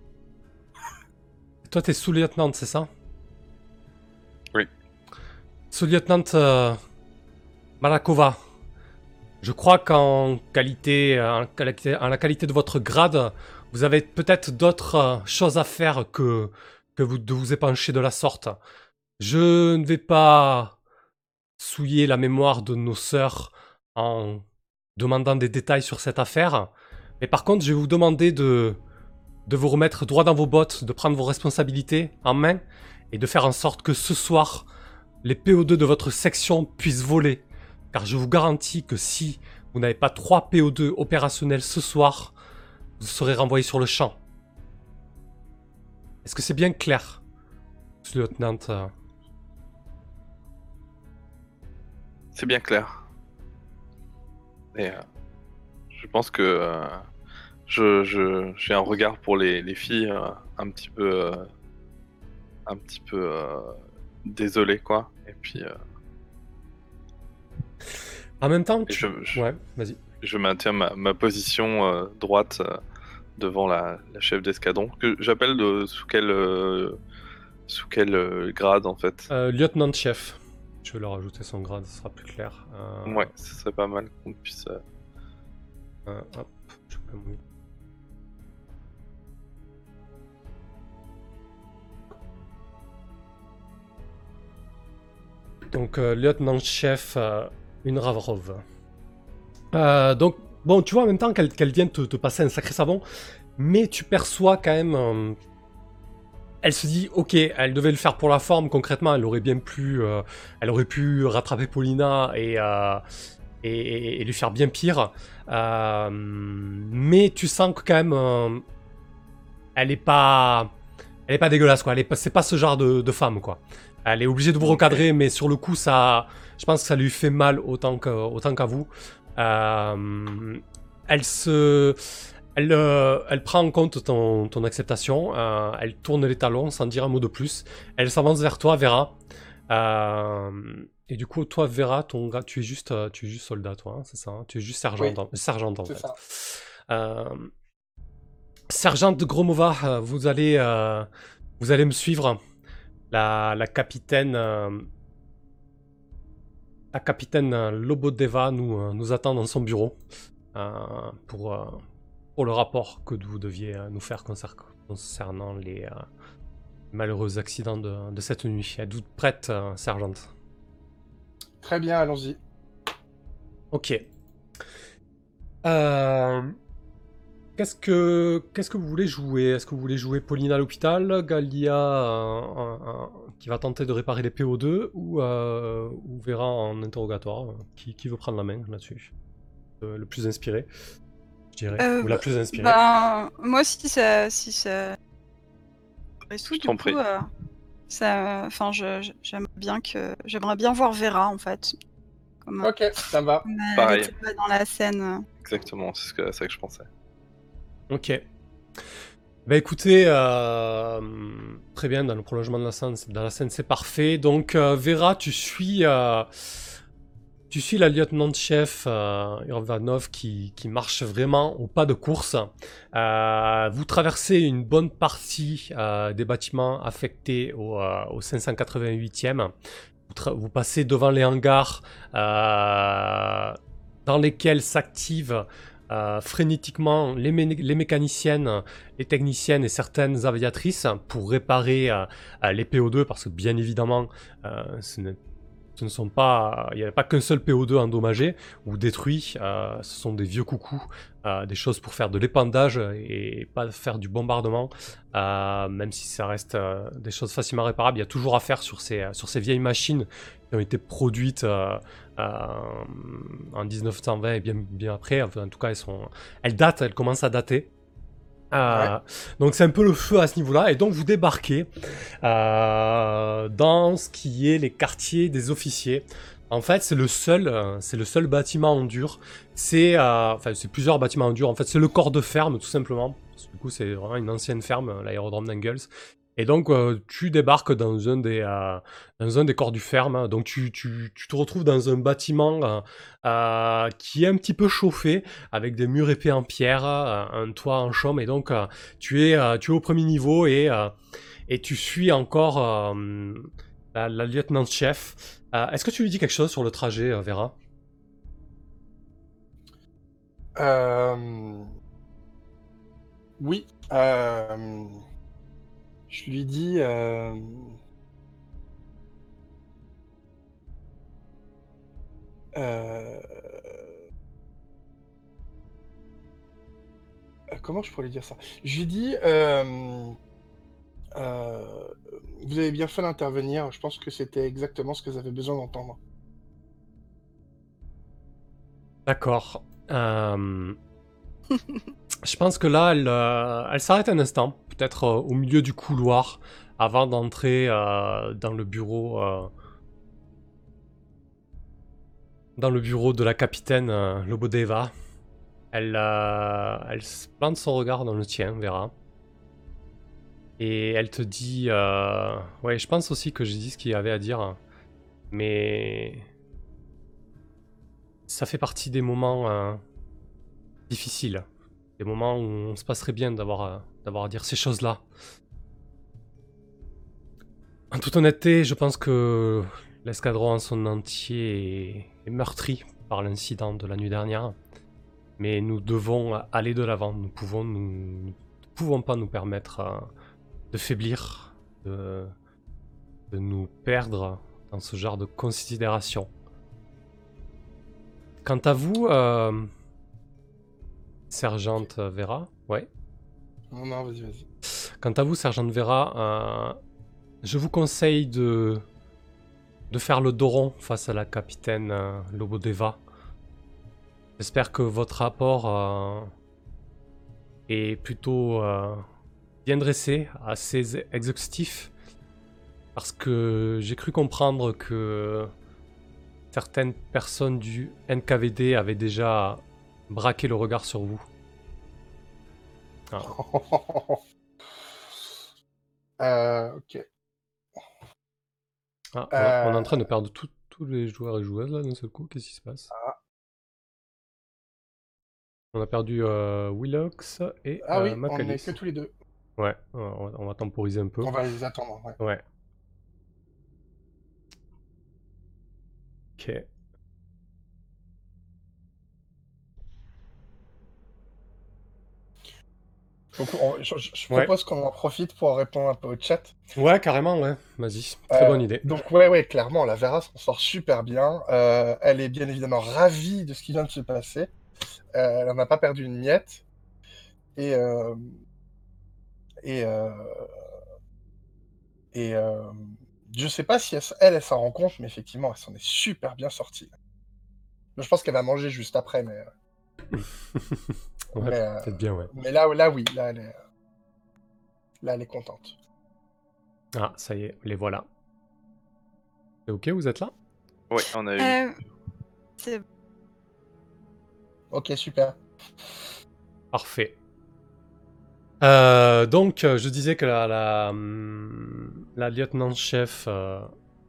Toi, t'es sous-lieutenant, c'est ça? Oui. Sous-lieutenant euh, Malakova, je crois qu'en qualité, en qualité, en la qualité de votre grade, vous avez peut-être d'autres euh, choses à faire que, que vous, de vous épancher de la sorte. Je ne vais pas souiller la mémoire de nos sœurs en demandant des détails sur cette affaire, mais par contre, je vais vous demander de, de vous remettre droit dans vos bottes, de prendre vos responsabilités en main et de faire en sorte que ce soir, les P O deux de votre section puissent voler. Car je vous garantis que si vous n'avez pas trois P O deux opérationnels ce soir, vous serez renvoyé sur le champ. Est-ce que c'est bien clair, lieutenant? C'est bien clair. Et euh, je pense que euh, je, je, j'ai un regard pour les, les filles euh, un petit peu, euh, un petit peu euh, désolé, quoi. Et puis. Euh, En même temps, et tu... je, je, ouais, vas-y. Je maintiens ma, ma position euh, droite euh, devant la, la chef d'escadron, que j'appelle de, sous quel, euh, sous quel euh, grade en fait. Euh, lieutenant-chef. Je vais leur ajouter son grade, ce sera plus clair. Euh... Ouais, ce serait pas mal qu'on puisse. Euh... Euh, hop, je peux me... Donc, euh, lieutenant-chef euh, une Ravrov. Euh, donc, bon, tu vois en même temps qu'elle qu'elle vient te, te passer un sacré savon, mais tu perçois quand même. Euh, elle se dit, ok, elle devait le faire pour la forme. Concrètement, elle aurait bien pu, euh, elle aurait pu rattraper Paulina et, euh, et, et, et lui faire bien pire. Euh, mais tu sens que quand même, euh, elle est pas, elle est pas dégueulasse quoi. Elle est pas, c'est pas ce genre de, de femme quoi. Elle est obligée de vous recadrer, mais sur le coup, ça, je pense que ça lui fait mal autant que, autant qu'à vous. Euh, elle se, elle, euh, elle prend en compte ton, ton acceptation. Euh, elle tourne les talons sans dire un mot de plus. Elle s'avance vers toi, Vera. Euh, et du coup, toi, Vera, ton gars, tu es juste, tu es juste soldat, toi, hein, c'est ça hein. Tu es juste sergent, Oui, en, sergent en c'est fait. ça. Euh, Sergente Gromova, vous allez, euh, vous allez me suivre. La, la capitaine, euh, la capitaine euh, Lobodeva nous, euh, nous attend dans son bureau euh, pour, euh, pour le rapport que vous deviez euh, nous faire concer- concernant les euh, malheureux accidents de, de cette nuit. Êtes-vous prête, euh, sergente? Très bien, allons-y. Ok. Euh, Qu'est-ce que, qu'est-ce que vous voulez jouer? Est-ce que vous voulez jouer Pauline à l'hôpital, Galia euh, euh, euh, qui va tenter de réparer les P O deux, ou, euh, ou Vera en interrogatoire? Qui, qui veut prendre la main là-dessus? euh, Le plus inspiré, je dirais. Euh, ou la plus inspirée. Ben, moi, si ça, si ça, Brissou, Je du t'en coup, prie. euh, ça, enfin, je, je- j'aimerais bien que, j'aimerais bien voir Vera en fait. Comment Ok, ça va. elle Pareil. était pas dans la scène. Exactement, c'est ce que, c'est ça que je pensais. Ok. Bah écoutez, euh, très bien, dans le prolongement de la scène, dans la scène c'est parfait. Donc euh, Vera, tu suis, euh, tu suis la lieutenant-chef euh, Urvanov qui, qui marche vraiment au pas de course. Euh, vous traversez une bonne partie euh, des bâtiments affectés au, euh, au cinq cent quatre-vingt-huitième. Vous, tra- vous passez devant les hangars euh, dans lesquels s'activent Euh, frénétiquement les, mé les mécaniciennes, les techniciennes et certaines aviatrices pour réparer euh, euh, les P O deux parce que bien évidemment euh, ce, ne, ce ne sont pas, il n'y a pas qu'un seul P O deux endommagé ou détruit. Euh, ce sont des vieux coucous, euh, des choses pour faire de l'épandage et pas faire du bombardement. Euh, même si ça reste euh, des choses facilement réparables, il y a toujours à faire sur ces, sur ces vieilles machines qui ont été produites euh, euh, en dix-neuf cent vingt et bien, bien après. Enfin, en tout cas, elles, sont, elles datent, elles commencent à dater. Euh, ouais. Donc c'est un peu le feu à ce niveau-là, et donc vous débarquez euh, dans ce qui est les quartiers des officiers. En fait, c'est le seul, euh, c'est le seul bâtiment en dur. C'est, euh, enfin, c'est plusieurs bâtiments en dur. En fait, c'est le corps de ferme, tout simplement. Parce que, du coup, c'est vraiment une ancienne ferme, l'aérodrome d'Engels. Et donc, euh, tu débarques dans un des, euh, dans un des corps du ferme. Donc, tu, tu, tu te retrouves dans un bâtiment euh, euh, qui est un petit peu chauffé, avec des murs épais en pierre, euh, un toit en chaume. Et donc, euh, tu, es, euh, tu es au premier niveau et, euh, et tu suis encore euh, la, la lieutenant-chef. Euh, est-ce que tu lui dis quelque chose sur le trajet, euh, Vera? euh... Oui. Euh... Je lui dis... Euh... Euh... Comment je pourrais lui dire ça? Je lui dis... Euh... Euh... Vous avez bien fait d'intervenir. Je pense que c'était exactement ce que vous avez besoin d'entendre. D'accord. Euh... Je pense que là, elle, euh, elle s'arrête un instant, peut-être euh, au milieu du couloir, avant d'entrer euh, dans le bureau, euh, dans le bureau de la capitaine euh, Lobodeva. Elle, euh, elle plante son regard dans le tien, Vera. Et elle te dit, euh, ouais, je pense aussi que j'ai dit ce qu'il y avait à dire, mais ça fait partie des moments euh, difficiles. Des moments où on se passerait bien d'avoir euh, d'avoir à dire ces choses-là. En toute honnêteté, je pense que l'escadron en son entier est, est meurtri par l'incident de la nuit dernière. Mais nous devons aller de l'avant. Nous pouvons nous, nous pouvons pas nous permettre euh, de faiblir, de, de nous perdre dans ce genre de considération. Quant à vous, euh, sergente Vera, ouais. Non, non, vas-y, vas-y. Quant à vous, sergente Vera, euh, je vous conseille de, de faire le dos rond face à la capitaine euh, Lobodeva. J'espère que votre rapport euh, est plutôt euh, bien dressé, assez exhaustif, parce que j'ai cru comprendre que certaines personnes du N K V D avaient déjà braqué le regard sur vous. Ah. euh, ok. Ah, Euh... on est en train de perdre tous les joueurs et joueuses là d'un seul coup. Qu'est-ce qui se passe? Ah. On a perdu euh, Willox et Ah euh, oui, Macalis. on est que tous les deux. Ouais, on va, on va temporiser un peu. On va les attendre, ouais. Ouais. Ok. Donc, on, je, je Ouais. propose qu'on en profite pour répondre un peu au chat. Ouais, carrément, ouais. Vas-y. Très Euh, bonne idée. Donc, ouais, ouais, clairement, la Vera s'en sort super bien. Euh, elle est bien évidemment ravie de ce qui vient de se passer. Euh, elle n'en a pas perdu une miette. Et... Euh, et... Euh, et euh, je sais pas si elle, elle, elle s'en rend compte, mais effectivement, elle s'en est super bien sortie. Je pense qu'elle va manger juste après, mais... Ouais, mais, euh, peut-être bien, ouais. Mais là, là, oui, là, elle est, là, elle est contente. Ah, ça y est, les voilà. C'est ok, vous êtes là? Oui, on a eu. Euh, c'est Ok, super. Parfait. Euh, donc, je disais que la, la, la lieutenant-chef euh,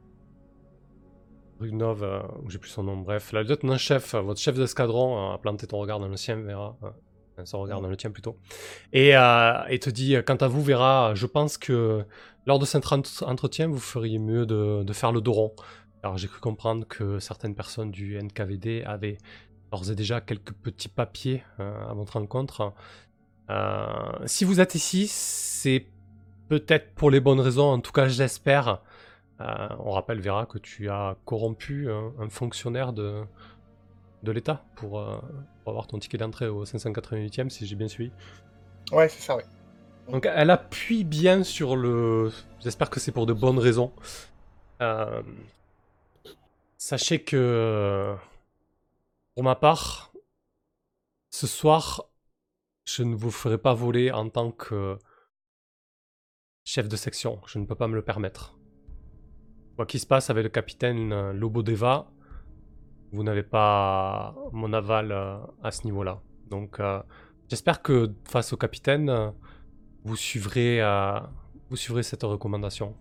Rugnov, euh, j'ai plus son nom, bref, la lieutenant-chef, votre chef d'escadron, a planté ton regard dans le sien, Vera. Euh, son regard dans le tien plutôt. Et, euh, et te dit, quant à vous, Vera, je pense que lors de cet entretien, vous feriez mieux de, de faire le dos rond. Alors, j'ai cru comprendre que certaines personnes du N K V D avaient d'ores et déjà quelques petits papiers euh, à votre rencontre. Euh, si vous êtes ici, c'est peut-être pour les bonnes raisons, en tout cas j'espère, Euh, on rappelle, Vera, que tu as corrompu un, un fonctionnaire de, de l'État pour, euh, pour avoir ton ticket d'entrée au cinq cent quatre-vingt-huitième, si j'ai bien suivi. Ouais, c'est ça, oui. Donc elle appuie bien sur le... J'espère que c'est pour de bonnes raisons. Euh, Sachez que, pour ma part, ce soir, je ne vous ferai pas voler en tant que chef de section. Je ne peux pas me le permettre. Quoi qu'il se passe avec le capitaine Lobodeva, vous n'avez pas mon aval euh, à ce niveau-là. Donc euh, j'espère que face au capitaine, euh, vous suivrez, euh, vous suivrez cette recommandation.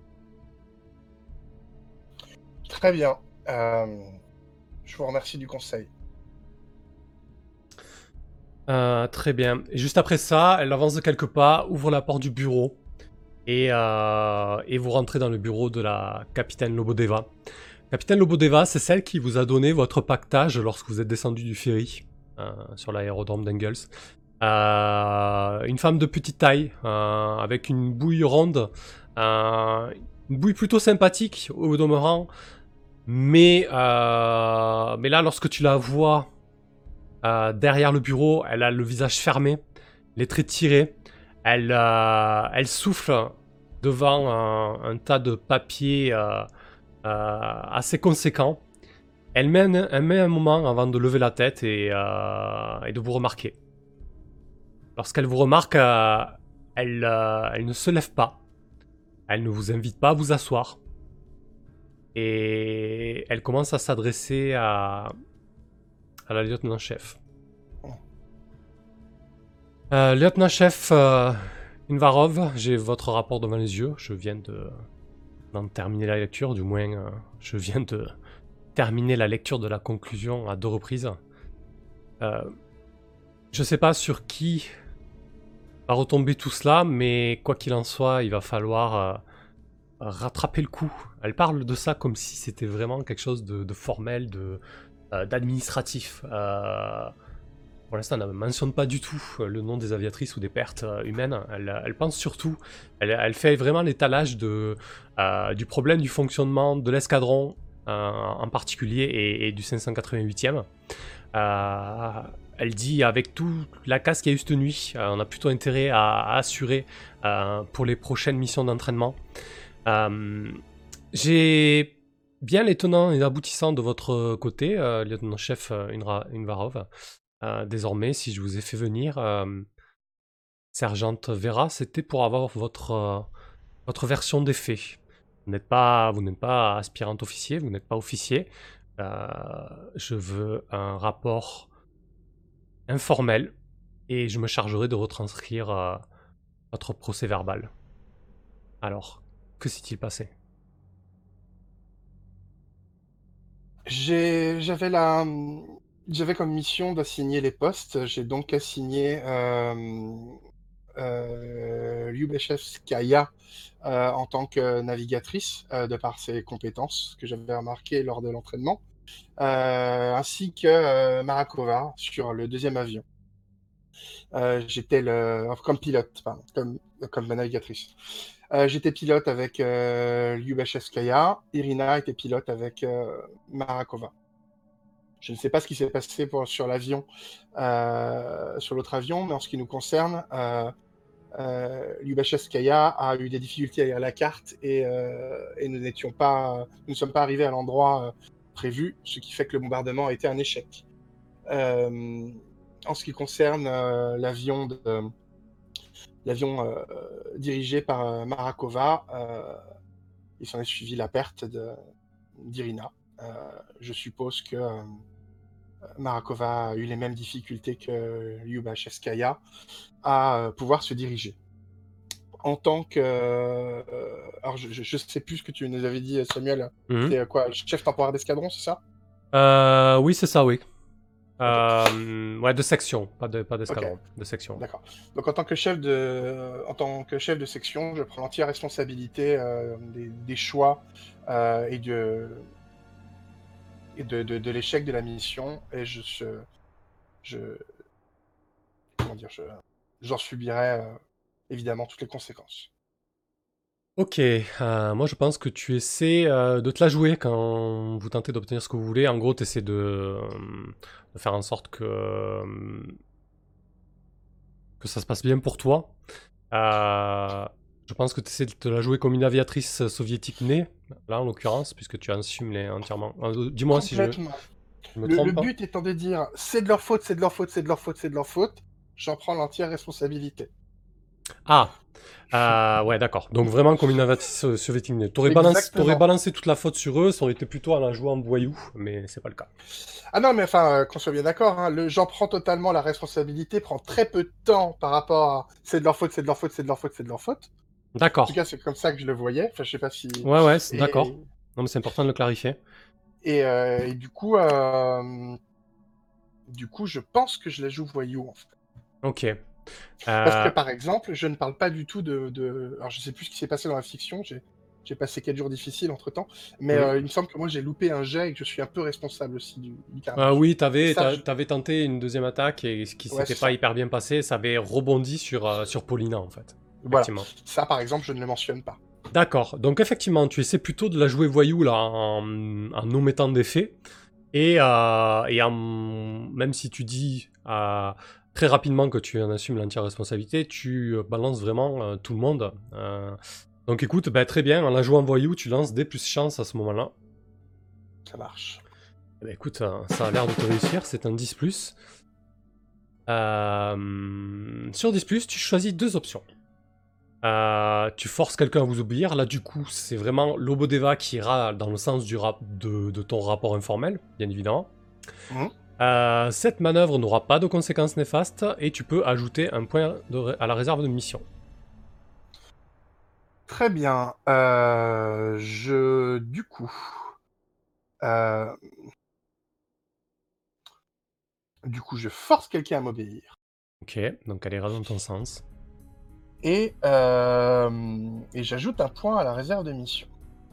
Très bien. Euh, je vous remercie du conseil. Euh, très bien. Et juste après ça, elle avance de quelques pas, ouvre la porte du bureau et, euh, et vous rentrez dans le bureau de la capitaine Lobodeva. Capitaine Lobodeva, c'est celle qui vous a donné votre pactage lorsque vous êtes descendu du ferry euh, sur l'aérodrome d'Engels. Euh, une femme de petite taille, euh, avec une bouille ronde, euh, une bouille plutôt sympathique au demeurant, mais, euh, mais là, lorsque tu la vois euh, derrière le bureau, elle a le visage fermé, les traits tirés, elle, euh, elle souffle devant un, un tas de papiers euh, euh, assez conséquents. Elle met, un, elle met un moment avant de lever la tête et, euh, et de vous remarquer. Lorsqu'elle vous remarque, euh, elle, euh, elle ne se lève pas. Elle ne vous invite pas à vous asseoir. Et elle commence à s'adresser à, à la lieutenant-chef. Euh, lieutenant-chef euh, Invarov, j'ai votre rapport devant les yeux. Je viens de, d'en terminer la lecture. Du moins, euh, je viens de terminer la lecture de la conclusion à deux reprises. Euh, je sais pas sur qui va retomber tout cela, mais quoi qu'il en soit, il va falloir euh, rattraper le coup. Elle parle de ça comme si c'était vraiment quelque chose de, de formel, de, euh, d'administratif. Euh, pour l'instant, elle ne mentionne pas du tout le nom des aviatrices ou des pertes euh, humaines. Elle, elle pense surtout, elle, elle fait vraiment l'étalage de, euh, du problème du fonctionnement de l'escadron euh, en particulier et, et du cinq cent quatre-vingt-huitième. Euh, elle dit avec toute la casse qu'il y a eu cette nuit, euh, on a plutôt intérêt à, à assurer euh, pour les prochaines missions d'entraînement. Euh, j'ai bien les tenants et aboutissants de votre côté, euh, lieutenant-chef Invarov. Euh, désormais, si je vous ai fait venir, euh, sergente Vera, c'était pour avoir votre, euh, votre version des faits. Vous n'êtes pas, vous n'êtes pas aspirante officier, vous n'êtes pas officier. Euh, je veux un rapport informel et je me chargerai de retranscrire euh, votre procès verbal. Alors, que s'est-il passé? J'ai, j'avais la, j'avais comme mission d'assigner les postes. J'ai donc assigné euh, euh, Lyubechevskaya euh, en tant que navigatrice, euh, de par ses compétences que j'avais remarquées lors de l'entraînement, euh, ainsi que euh, Marakova sur le deuxième avion. Euh, j'étais le, comme pilote, pardon, comme, comme navigatrice. Euh, j'étais pilote avec euh, Lyubachevskaya. Irina était pilote avec euh, Marakova. Je ne sais pas ce qui s'est passé pour, sur l'avion, euh, sur l'autre avion, mais en ce qui nous concerne, euh, euh, Lyubachevskaya a eu des difficultés à la carte et, euh, et nous n'étions pas, nous ne sommes pas arrivés à l'endroit euh, prévu, ce qui fait que le bombardement a été un échec. Euh, en ce qui concerne euh, l'avion de, l'avion euh, dirigé par euh, Marakova, euh, il s'en est suivi la perte de, d'Irina. Euh, je suppose que euh, Marakova a eu les mêmes difficultés que Lyubachevskaya à euh, pouvoir se diriger. En tant que... Euh, alors, je ne sais plus ce que tu nous avais dit, Samuel. Mmh. C'est quoi, chef temporaire d'escadron, c'est ça? euh, Oui, c'est ça, oui. Euh, ouais, de section, pas de pas d'escadron, Ok. de section. D'accord. Donc en tant que chef de, en tant que chef de section, je prends l'entière responsabilité euh, des, des choix euh, et de et de, de, de l'échec de la mission et je je, je comment dire, je j'en subirai euh, évidemment toutes les conséquences. Ok, euh, moi je pense que tu essaies euh, de te la jouer quand vous tentez d'obtenir ce que vous voulez. En gros, tu essaies de, euh, de faire en sorte que, euh, que ça se passe bien pour toi. Euh, je pense que tu essaies de te la jouer comme une aviatrice soviétique née, là en l'occurrence, puisque tu assumes les entièrement. Euh, dis-moi si je, Complètement. je me Le, le trompe. but étant de dire c'est de leur faute, c'est de leur faute, c'est de leur faute, c'est de leur faute. J'en prends l'entière responsabilité. Ah, euh, ouais, d'accord. Donc vraiment comme une aviatrice euh, soviétique née. T'aurais balancé, t'aurais Exactement. balancé toute la faute sur eux, ça aurait été plutôt à la jouer en voyou, mais c'est pas le cas. Ah non, mais enfin, euh, qu'on soit bien d'accord, hein, le- j'en prends totalement la responsabilité, prend très peu de temps par rapport à c'est de leur faute, c'est de leur faute, c'est de leur faute, c'est de leur faute. En tout D'accord. cas, c'est comme ça que je le voyais. Enfin, je sais pas si. Ouais, ouais, c'est- d'accord. Et, Non, mais c'est important de le clarifier. et, euh, et du coup, euh, du coup, je pense que je la joue voyou en fait. Ok. Parce que Euh, par exemple, je ne parle pas du tout de. de... Alors, je sais plus ce qui s'est passé dans la fiction. J'ai j'ai passé quatre jours difficiles entre temps, mais mhm. euh, il me semble que moi j'ai loupé un jet et que je suis un peu responsable aussi du, du Euh, carnage. oui, Et t'avais, ça, t'a- je- t'avais tenté une deuxième attaque et ce qui ouais, s'était c'est pas ça. hyper bien passé, ça avait rebondi sur, euh, sur Paulina en fait. Voilà. Effectivement. Ça, par exemple, je ne le mentionne pas. D'accord. Donc effectivement, tu essaies plutôt de la jouer voyou là en, en omettant des faits et, euh, et en, même si tu dis euh, très rapidement que tu en assumes l'entière responsabilité, tu euh, balances vraiment euh, tout le monde. Euh, donc écoute, bah, très bien, en la jouant voyou, tu lances des plus chance à ce moment-là. Ça marche. Eh ben, écoute, ça, ça a l'air de te réussir, c'est un dix plus. Euh, sur dix plus, tu choisis deux options. Euh, tu forces quelqu'un à vous obéir. Là, du coup, c'est vraiment l'Obodeva qui ira dans le sens du rap de, de ton rapport informel, bien évidemment. Mhm. Euh, cette manœuvre n'aura pas de conséquences néfastes et tu peux ajouter un point de ré- à la réserve de mission. Très bien. Euh, je, du coup, euh, du coup, je force quelqu'un à m'obéir Ok, donc elle ira dans ton sens. et euh, et j'ajoute un point à la réserve de mission.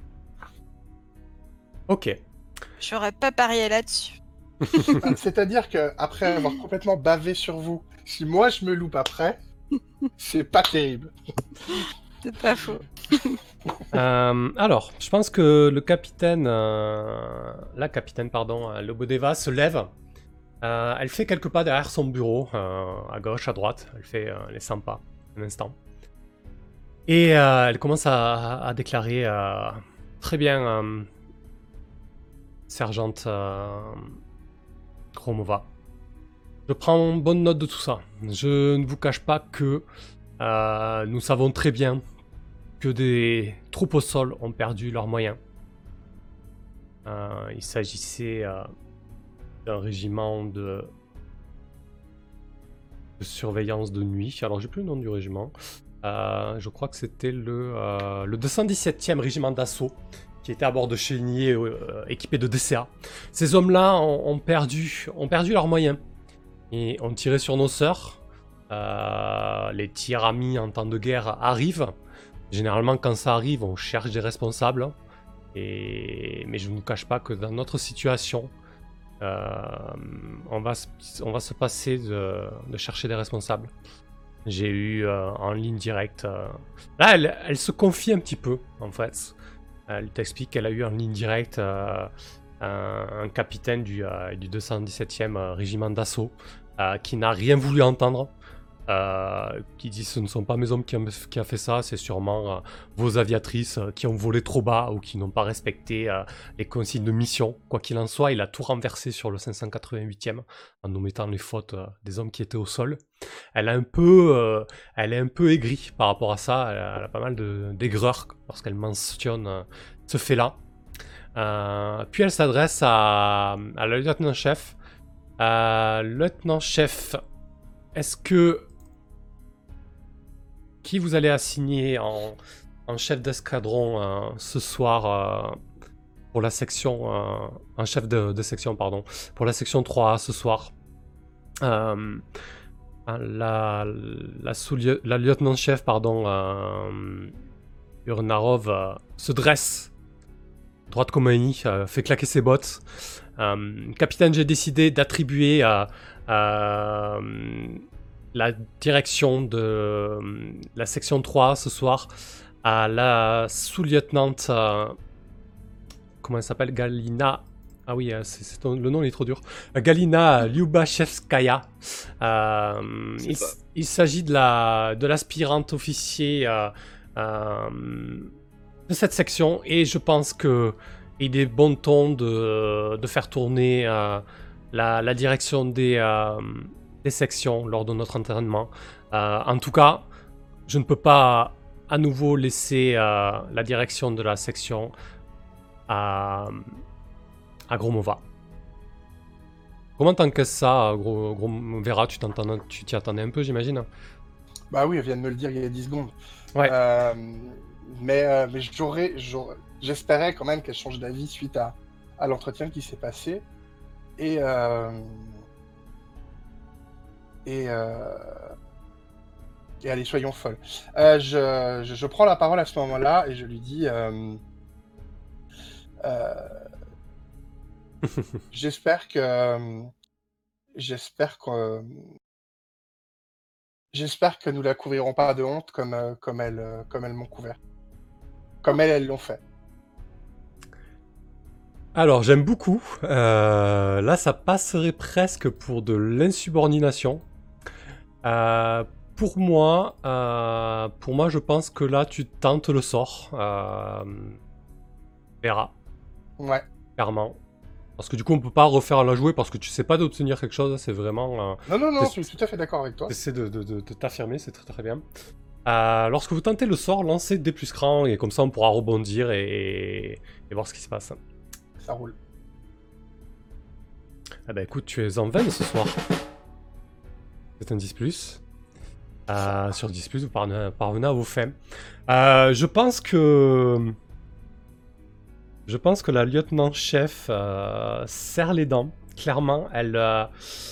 Ok. J'aurais pas parié là-dessus. Ah, c'est-à-dire que après avoir complètement bavé sur vous, si moi je me loupe après, c'est pas terrible. C'est pas faux. Euh, alors, je pense que le capitaine, euh, la capitaine, pardon, euh, Lobodeva se lève. Euh, elle fait quelques pas derrière son bureau, euh, à gauche, à droite. Elle fait euh, les cent pas, un instant. Et euh, elle commence à, à déclarer euh, très bien, euh, sergente euh, Kromova. Je prends bonne note de tout ça. Je ne vous cache pas que euh, nous savons très bien que des troupes au sol ont perdu leurs moyens. Euh, il s'agissait euh, d'un régiment de... de surveillance de nuit. Alors j'ai plus le nom du régiment. Euh, je crois que c'était le, euh, le deux cent dix-septième régiment d'assaut qui était à bord de chéniers euh, équipés de D C A. Ces hommes-là ont, ont perdu, ont perdu leurs moyens et ont tiré sur nos sœurs. Euh, les tirs amis en temps de guerre arrivent. Généralement, quand ça arrive, on cherche des responsables. Et... Mais je ne vous cache pas que dans notre situation, euh, on, va se, on va se passer de, de chercher des responsables. J'ai eu euh, en ligne directe... Euh... Là, elle, elle se confie un petit peu, en fait. Elle t'explique qu'elle a eu en ligne directe euh, un, un capitaine du, euh, du deux cent dix-septième régiment d'assaut euh, qui n'a rien voulu entendre. Euh, qui dit ce ne sont pas mes hommes qui ont qui a fait ça, c'est sûrement euh, vos aviatrices euh, qui ont volé trop bas ou qui n'ont pas respecté euh, les consignes de mission. Quoi qu'il en soit, il a tout renversé sur le cinq cent quatre-vingt-huitième en omettant les fautes euh, des hommes qui étaient au sol. Elle a un peu, euh, elle est un peu aigrie par rapport à ça. Elle a, elle a pas mal de, d'aigreur lorsqu'elle mentionne euh, ce fait-là. Euh, puis elle s'adresse à, à la lieutenant-chef. Euh, lieutenant-chef, est-ce que qui vous allez assigner en, en chef d'escadron euh, ce soir euh, pour la section, euh, en chef de, de section, pardon, pour la section trois A ce soir. Euh, la, la, sous-lieu- la lieutenant-chef, pardon, euh, Urnarov euh, se dresse, droite comme un i, euh, fait claquer ses bottes. Euh, capitaine, j'ai décidé d'attribuer à euh, euh, la direction de la section trois ce soir à la sous-lieutenante... euh, comment elle s'appelle? Galina... Ah oui, euh, c'est, c'est ton- le nom il est trop dur. Euh, Galina Lyubachevskaya. Euh, C'est il, ça. s- il s'agit de, la, de l'aspirante officier euh, euh, de cette section. Et je pense que il est bon ton de, de faire tourner euh, la, la direction des, euh, des sections lors de notre entraînement. Euh, en tout cas, je ne peux pas à nouveau laisser euh, la direction de la section à, à Gromova. Comment t'encaisses ça, gros, gros Vera? Tu t'entends, tu t'y attendais un peu, j'imagine. Bah oui, elle vient de me le dire il y a dix secondes. Ouais. Euh, mais euh, mais j'aurais, j'aurais- j'espérais quand même qu'elle change d'avis suite à, à l'entretien qui s'est passé. Et, euh, et, euh, et allez, soyons folles. Euh, je, je, je prends la parole à ce moment-là et je lui dis euh, euh, j'espère que j'espère que j'espère que nous la couvrirons pas de honte comme euh, comme elles euh, comme elles m'ont couvert, comme elles elles l'ont fait. Alors, j'aime beaucoup. Euh, là, ça passerait presque pour de l'insubordination. Euh, pour moi, euh, pour moi, je pense que là, tu tentes le sort. Euh, Vera, Ouais. clairement. Parce que du coup, on peut pas refaire la jouer parce que tu sais pas d'obtenir quelque chose. C'est vraiment... euh, Non non non, C'est- je suis tout à fait d'accord avec toi. T'essaies de, de, de, de t'affirmer, c'est très très bien. Euh, lorsque vous tentez le sort, lancez des plus grands et comme ça on pourra rebondir et, et voir ce qui se passe. Ça roule. Ah bah écoute, tu es en veine ce soir. C'est un dix plus. Euh, sur dix plus, vous parvenez, parvenez à vos fins. Euh, je pense que... Je pense que la lieutenant-chef euh, serre les dents. Clairement, elle... euh,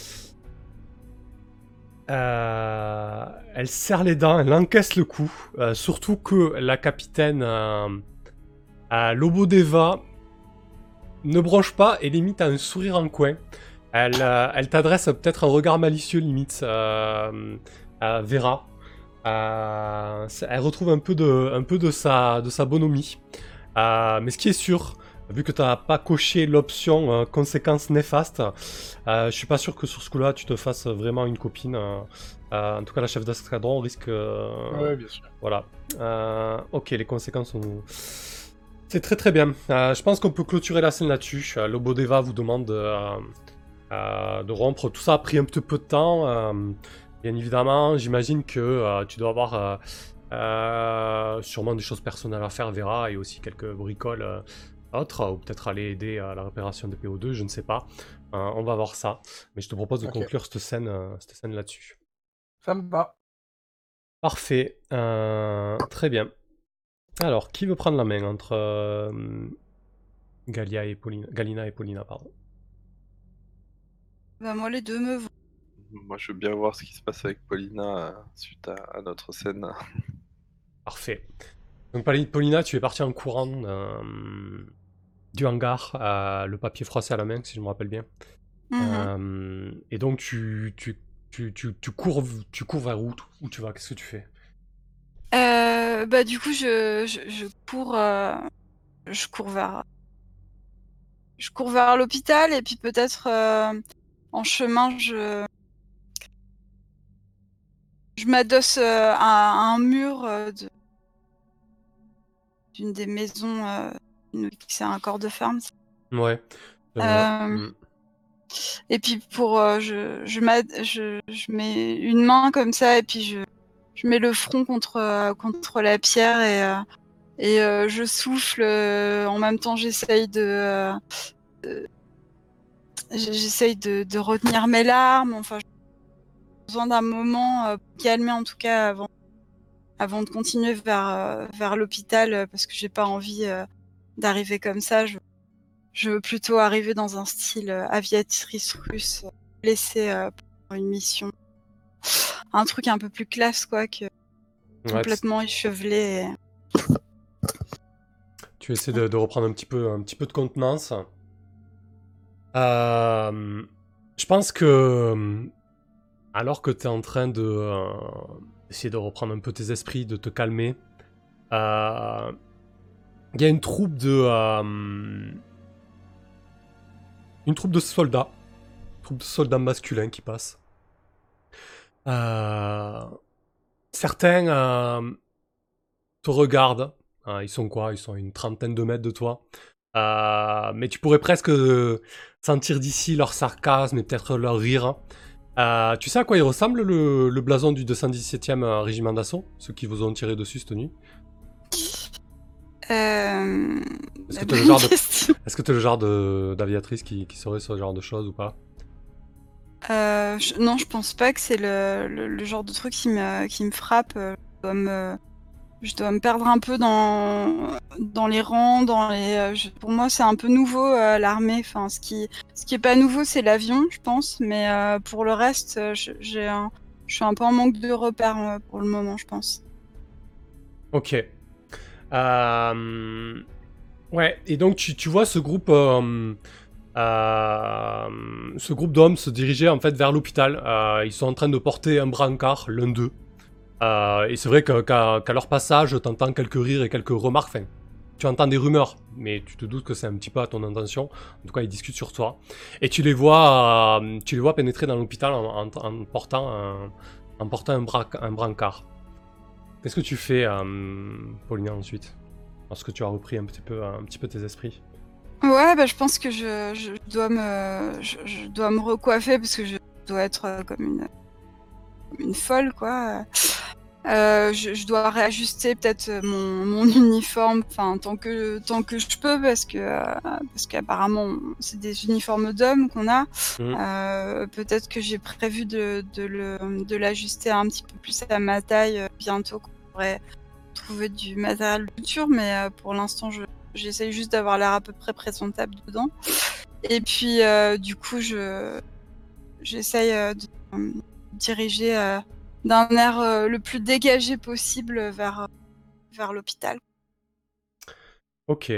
euh, elle serre les dents, elle encaisse le coup. Euh, surtout que la capitaine euh, euh, Lobodeva ne bronche pas et limite a un sourire en coin. Elle, euh, elle t'adresse peut-être un regard malicieux limite euh, à Vera. Euh, elle retrouve un peu de, un peu de, sa, de sa bonhomie. Euh, mais ce qui est sûr, vu que tu n'as pas coché l'option euh, conséquences néfastes, euh, je suis pas sûr que sur ce coup-là tu te fasses vraiment une copine. Euh, euh, en tout cas, la chef d'escadron risque. Euh, Ouais, bien sûr. voilà. Euh, ok, les conséquences sont. C'est très très bien. Euh, je pense qu'on peut clôturer la scène là-dessus. Euh, Lobodeva vous demande euh, euh, de rompre. Tout ça a pris un petit peu de temps. Euh, bien évidemment, j'imagine que euh, tu dois avoir euh, euh, sûrement des choses personnelles à faire, Vera, et aussi quelques bricoles euh, autres, ou peut-être aller aider à la réparation des P O deux, je ne sais pas. Euh, on va voir ça. Mais je te propose de Ok. conclure cette scène, euh, cette scène là-dessus. Ça me va. Parfait. Euh, très bien. Alors, qui veut prendre la main entre euh, Galia et Paulina, Galina et Paulina, pardon. Bah, moi, les deux me vont. Moi, je veux bien voir ce qui se passe avec Paulina euh, suite à, à notre scène. Parfait. Donc Pauli- Paulina, tu es partie en courant euh, du hangar, euh, le papier froissé à la main, si je me rappelle bien. Mhm. Euh, et donc tu, tu, tu, tu, tu cours, tu cours vers où, où tu vas? Qu'est-ce que tu fais? Euh, bah, du coup, je, je, je cours, euh, je cours vers, je cours vers l'hôpital et puis peut-être euh, en chemin, je, je m'adosse euh, à, à un mur euh, de- d'une des maisons euh, une- c'est un corps de ferme. ça. Ouais. Euh, Euh, hmm. Et puis pour, euh, je, je, m'ad- je, je mets une main comme ça et puis je, je mets le front contre, euh, contre la pierre et, euh, et euh, je souffle. euh, en même temps, j'essaye de, euh, de- j'essaye de, de retenir mes larmes. Enfin, j'ai besoin d'un moment euh, pour calmer en tout cas avant, avant de continuer vers, euh, vers l'hôpital euh, parce que j'ai pas envie euh, d'arriver comme ça. Je, je veux plutôt arriver dans un style euh, aviatrice russe, euh, blessée euh, pour une mission. Un truc un peu plus classe, quoi, que Ouais, complètement échevelé. Et... tu essaies de, de reprendre un petit peu, un petit peu de contenance. Euh, je pense que alors que tu es en train de euh, essayer de reprendre un peu tes esprits, de te calmer, euh, il y a une troupe de euh, une troupe de soldats, une troupe de soldats masculins qui passe. Euh, certains euh, te regardent. Euh, ils sont quoi? Ils sont à une trentaine de mètres de toi. Euh, mais tu pourrais presque sentir d'ici leur sarcasme et peut-être leur rire. Euh, tu sais à quoi il ressemble le, le blason du deux cent dix-septième régiment d'assaut? Ceux qui vous ont tiré dessus cette nuit. Euh... Est-ce la que t'es le bonne genre de, question. est-ce que t'es le genre de d'aviatrice qui, qui saurait ce genre de choses ou pas? Euh, je- non, je pense pas que c'est le, le, le genre de truc qui me, qui me frappe. Euh, Je dois me, je dois me perdre un peu dans, dans les rangs, dans les. euh, je- pour moi, c'est un peu nouveau euh, l'armée. Enfin, ce qui, ce qui est pas nouveau, c'est l'avion, je pense. Mais euh, pour le reste, euh, je- j'ai un, je suis un peu en manque de repères euh, pour le moment, je pense. Ok. Euh, Ouais, et donc tu, tu vois ce groupe, euh, euh, ce groupe d'hommes se diriger en fait vers l'hôpital. Euh, ils sont en train de porter un brancard, l'un d'eux. Euh, et c'est vrai que, qu'à, qu'à leur passage, t'entends quelques rires et quelques remarques. Enfin, tu entends des rumeurs, mais tu te doutes que c'est un petit peu à ton intention. En tout cas, ils discutent sur toi. Et tu les vois, euh, tu les vois pénétrer dans l'hôpital en, en- en portant, un, en portant un, brac- un brancard. Qu'est-ce que tu fais, euh, Paulina, ensuite? Lorsque tu as repris un petit peu, un petit peu tes esprits. Ouais, bah, je pense que je, je dois me, je, je dois me recoiffer parce que je dois être euh, comme une, comme une folle, quoi. Euh, je, je dois réajuster peut-être mon, mon uniforme, enfin tant que tant que je peux parce que euh, parce qu'apparemment c'est des uniformes d'hommes qu'on a. Mhm. Euh, peut-être que j'ai prévu de, de le de l'ajuster un petit peu plus à ma taille euh, bientôt qu'on pourrait trouver du matériel de couture, mais euh, pour l'instant je j'essaye juste d'avoir l'air à peu près présentable dedans. Et puis euh, du coup je j'essaye euh, de euh, diriger euh, d'un air euh, le plus dégagé possible vers, vers l'hôpital. Ok.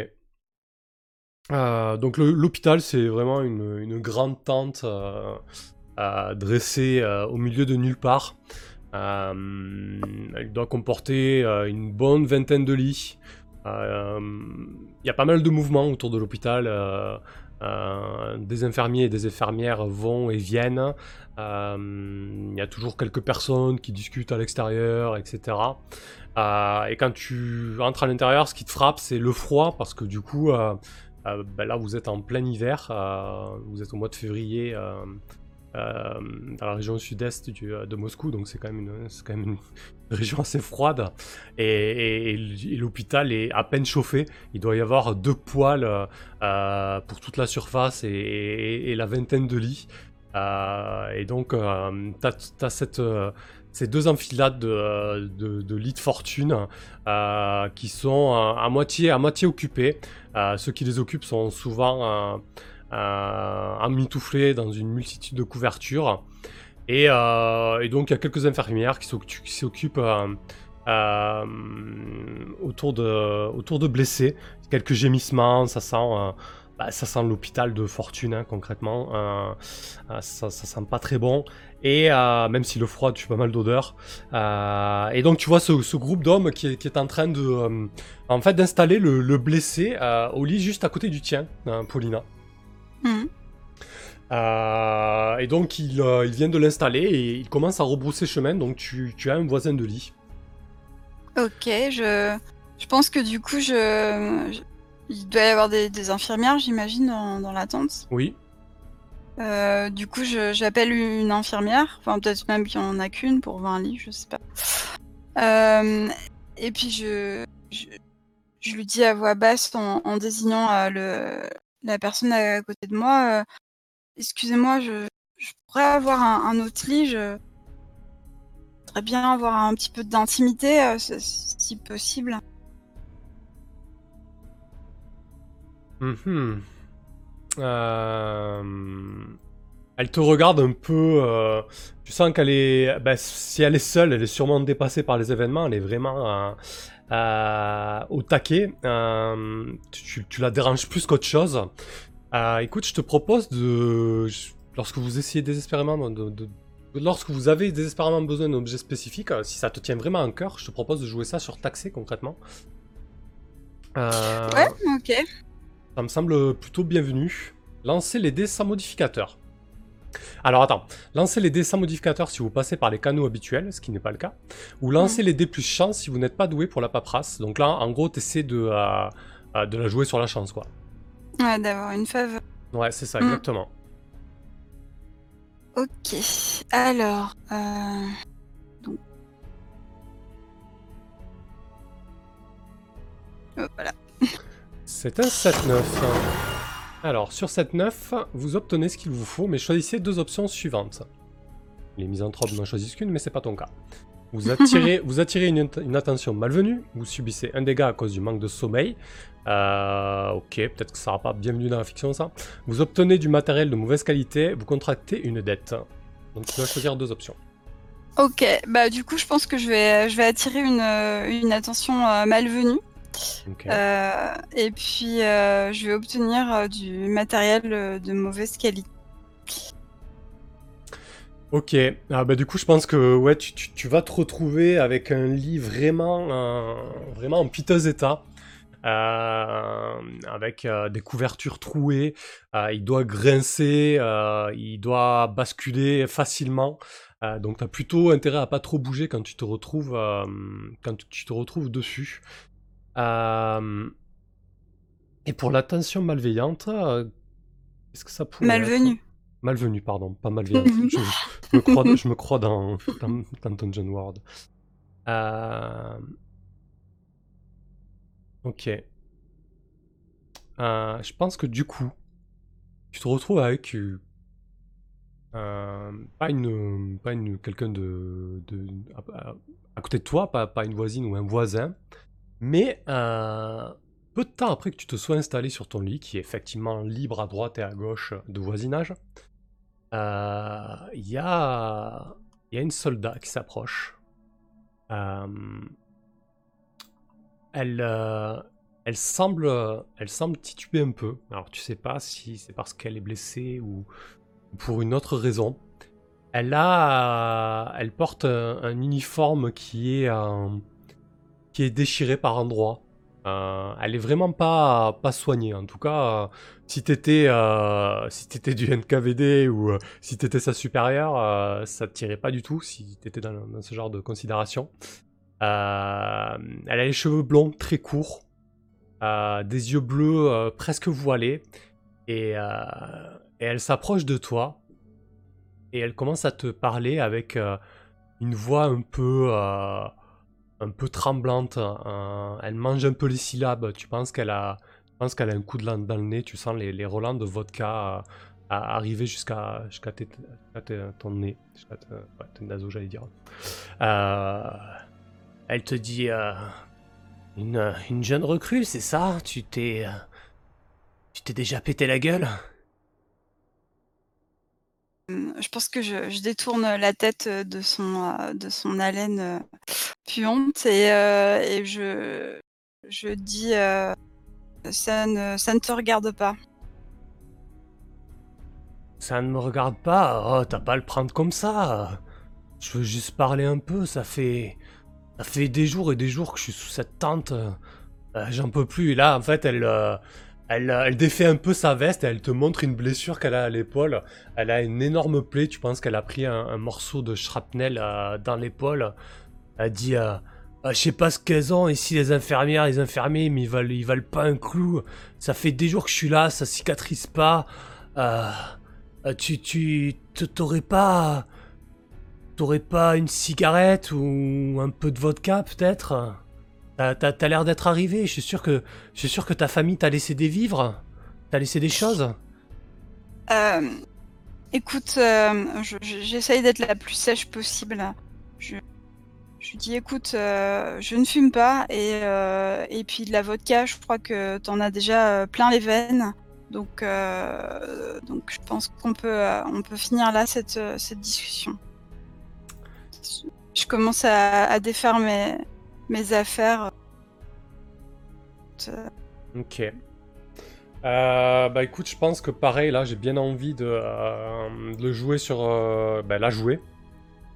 Euh, donc le- l'hôpital, c'est vraiment une, une grande tente euh, euh, dressée euh, au milieu de nulle part. Euh, elle doit comporter euh, une bonne vingtaine de lits. Euh, Il y a pas mal de mouvements autour de l'hôpital. Euh, euh, des infirmiers et des infirmières vont et viennent. Euh, Il y a toujours quelques personnes qui discutent à l'extérieur, et cetera. Euh, et quand tu entres à l'intérieur, ce qui te frappe, c'est le froid, parce que du coup, euh, euh, ben là, vous êtes en plein hiver. Euh, vous êtes au mois de février. Euh, euh, dans la région sud-est du, de Moscou, donc c'est quand même une, c'est quand même une région assez froide, et, et- et l'hôpital est à peine chauffé. Il doit y avoir deux poêles euh, pour toute la surface et, et- et la vingtaine de lits. Euh, et donc, euh, tu as cette, euh, ces deux enfilades de, de- de lits de fortune euh, qui sont euh, à moitié, à moitié occupés. Euh, ceux qui les occupent sont souvent... euh, euh, emmitouflé dans une multitude de couvertures. Et, euh, et donc il y a quelques infirmières qui s'occu- qui s'occupent euh, euh, autour, de, autour de blessés. Quelques gémissements, ça sent, euh, bah, ça sent l'hôpital de fortune, hein, concrètement. Euh, euh, ça, ça sent pas très bon. Et euh, même si le froid tue pas mal d'odeurs. Euh, et donc tu vois ce, ce groupe d'hommes qui est, qui est en train de, euh, en fait, d'installer le, le blessé euh, au lit juste à côté du tien, hein, Paulina. Mhm. Euh, et donc il, euh, il vient de l'installer et il commence à rebrousser chemin, donc tu, tu as un voisin de lit. Ok, je, je pense que du coup, je, je- il doit y avoir des, des infirmières, j'imagine, dans, dans la tente. Oui. Euh, du coup, je- j'appelle une infirmière, enfin peut-être même qu'il n'y en a qu'une pour vingt lits, je sais pas. Euh, et puis je, je, je lui dis à voix basse en, en désignant euh, le, la personne à côté de moi. euh, Excusez-moi, je, je pourrais avoir un, un autre lit. Je voudrais bien avoir un petit peu d'intimité, euh, si si possible. Mhm. Euh, Elle te regarde un peu. euh, Tu sens qu'elle est. Ben, si elle est seule, elle est sûrement dépassée par les événements. Elle est vraiment euh, euh, au taquet. Euh, tu, tu la déranges plus qu'autre chose. Euh, écoute, je te propose de. Lorsque vous essayez désespérément de, de- lorsque vous avez désespérément besoin d'un objet spécifique, euh, si ça te tient vraiment à cœur, je te propose de jouer ça sur taxé concrètement. Euh, Ouais, ok. Ça me semble plutôt bienvenu. Lancez les dés sans modificateur. Alors attends, lancez les dés sans modificateur si vous passez par les canaux habituels, ce qui n'est pas le cas. Ou lancez Mm. les dés plus chance si vous n'êtes pas doué pour la paperasse. Donc là, en gros, t'essaies de, euh, euh, de la jouer sur la chance, quoi. Ouais, d'avoir une faveur. Ouais, c'est ça, Mm. exactement. Ok. Alors. Euh... Donc. Oh, voilà. C'est un sept neuf. Alors, sur sept neuf, vous obtenez ce qu'il vous faut, mais choisissez deux options suivantes. Les misanthropes n'en choisissent qu'une, mais c'est pas ton cas. Vous attirez, vous attirez une, une attention malvenue, vous subissez un dégât à cause du manque de sommeil. Euh, ok, peut-être que ça sera pas bienvenu dans la fiction, ça. Vous obtenez du matériel de mauvaise qualité, vous contractez une dette. Donc tu dois choisir deux options. Ok. Bah du coup, je pense que je vais, je vais attirer une, euh, une attention euh, malvenue. Ok. Euh, et puis, euh, je vais obtenir euh, du matériel euh, de mauvaise qualité. Ok, ah bah du coup je pense que ouais, tu, tu, tu vas te retrouver avec un lit vraiment, euh, vraiment en piteux état, euh, avec euh, des couvertures trouées, euh, il doit grincer, euh, il doit basculer facilement, euh, donc tu as plutôt intérêt à pas trop bouger quand tu te retrouves, euh, quand tu te retrouves dessus. Euh, et pour l'attention malveillante, euh, qu'est-ce que ça pourrait être? Malvenue. Malvenue, pardon, pas malveillante. Je, je me crois, je me crois dans, dans, dans Dungeon World. Euh... Ok. Euh, je pense que du coup, tu te retrouves avec euh, euh, pas une, pas une quelqu'un de, de à, à côté de toi, pas, pas une voisine ou un voisin, mais euh, peu de temps après que tu te sois installé sur ton lit, qui est effectivement libre à droite et à gauche de voisinage. Il euh, y, a, y a une soldat qui s'approche. Euh, elle, euh, elle, semble, elle semble tituber un peu. Alors tu sais pas si c'est parce qu'elle est blessée ou pour une autre raison. Elle a, elle porte un, un uniforme qui est, euh, qui est déchiré par endroits. Euh, elle est vraiment pas, pas soignée. En tout cas, euh, si t'étais euh, si t'étais du N K V D ou euh, si t'étais sa supérieure, euh, ça te tirait pas du tout si t'étais dans, dans ce genre de considération. Euh, elle a les cheveux blonds très courts, euh, des yeux bleus euh, presque voilés, et, euh, et elle s'approche de toi et elle commence à te parler avec euh, une voix un peu euh, un peu tremblante. Euh, elle mange un peu les syllabes. Tu penses qu'elle a, tu penses qu'elle a un coup de langue dans le nez. Tu sens les, les relents de vodka euh, arriver jusqu'à jusqu'à tes, tes, ton nez, jusqu'à tes, ouais, tes naseaux, j'allais dire. Euh, elle te dit euh, une, une jeune recrue, c'est ça? Tu t'es, tu t'es déjà pété la gueule? Je pense que je, je détourne la tête de son, de son haleine puante et, euh, et je, je dis euh, ça, ne, ça ne te regarde pas. Ça ne me regarde pas? Oh, t'as pas à le prendre comme ça. Je veux juste parler un peu, ça fait... Ça fait des jours et des jours que je suis sous cette tente. Euh, j'en peux plus. Et là, en fait, elle... Euh... Elle, elle défait un peu sa veste et elle te montre une blessure qu'elle a à l'épaule. Elle a une énorme plaie, tu penses qu'elle a pris un, un morceau de shrapnel euh, dans l'épaule. Elle dit euh, ah, je sais pas ce qu'elles ont ici les infirmières, les infirmiers, mais ils valent, ils valent pas un clou. Ça fait des jours que je suis là, ça cicatrise pas. Euh, tu, tu, t'aurais pas, t'aurais pas une cigarette ou un peu de vodka peut-être? T'as, t'as, t'as l'air d'être arrivé, je suis sûr que, je suis sûr que ta famille t'a laissé des vivres, t'a laissé des choses. Euh, écoute, euh, je, j'essaye d'être la plus sèche possible. Je, je lui dis, écoute, euh, je ne fume pas et, euh, et puis de la vodka, je crois que t'en as déjà plein les veines. Donc, euh, donc je pense qu'on peut, euh, on peut finir là cette, cette discussion. Je commence à, à défaire mes... mes affaires. Ok. Euh, bah écoute, je pense que pareil, là, j'ai bien envie de, euh, de jouer sur... Euh, bah, la jouer.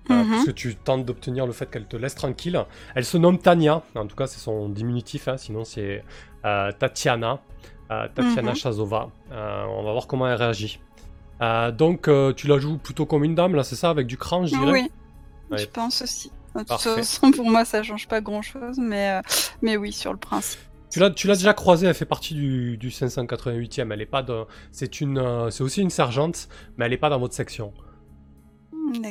euh, Mhm. puisque tu tentes d'obtenir le fait qu'elle te laisse tranquille. Elle se nomme Tania, en tout cas c'est son diminutif, hein, sinon c'est euh, Tatiana, euh, Tatiana Mhm. Chazova. Euh, on va voir comment elle réagit. Euh, donc euh, tu la joues plutôt comme une dame, là c'est ça, avec du cran, je dirais. Oui, Ouais, je pense aussi. De toute parfait. façon, pour moi, ça change pas grand-chose, mais, euh, mais oui, sur le principe. Tu l'as, tu l'as déjà croisée, elle fait partie du, du cinq cent quatre-vingt-huitième. Elle est pas de, c'est une, euh, c'est aussi une sergente, mais elle est pas dans votre section. D'accord.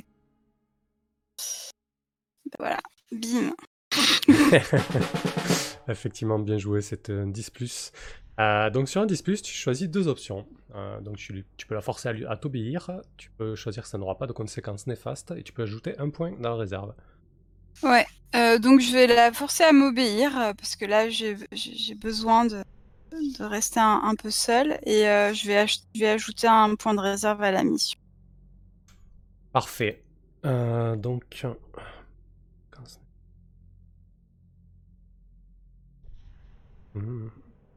Ben voilà, bim. Effectivement, bien joué, c'est un dix plus. Euh, donc sur un dix plus, tu choisis deux options. Euh, donc tu, lui- tu peux la forcer à, lui- à t'obéir, tu peux choisir que ça n'aura pas de conséquences néfastes, et tu peux ajouter un point dans la réserve. Ouais, euh, donc je vais la forcer à m'obéir, euh, parce que là, j'ai j'ai- j'ai besoin de, de rester un, un peu seule, et euh, je, vais ach- je vais ajouter un point de réserve à la mission. Parfait. Euh, donc... Hmm.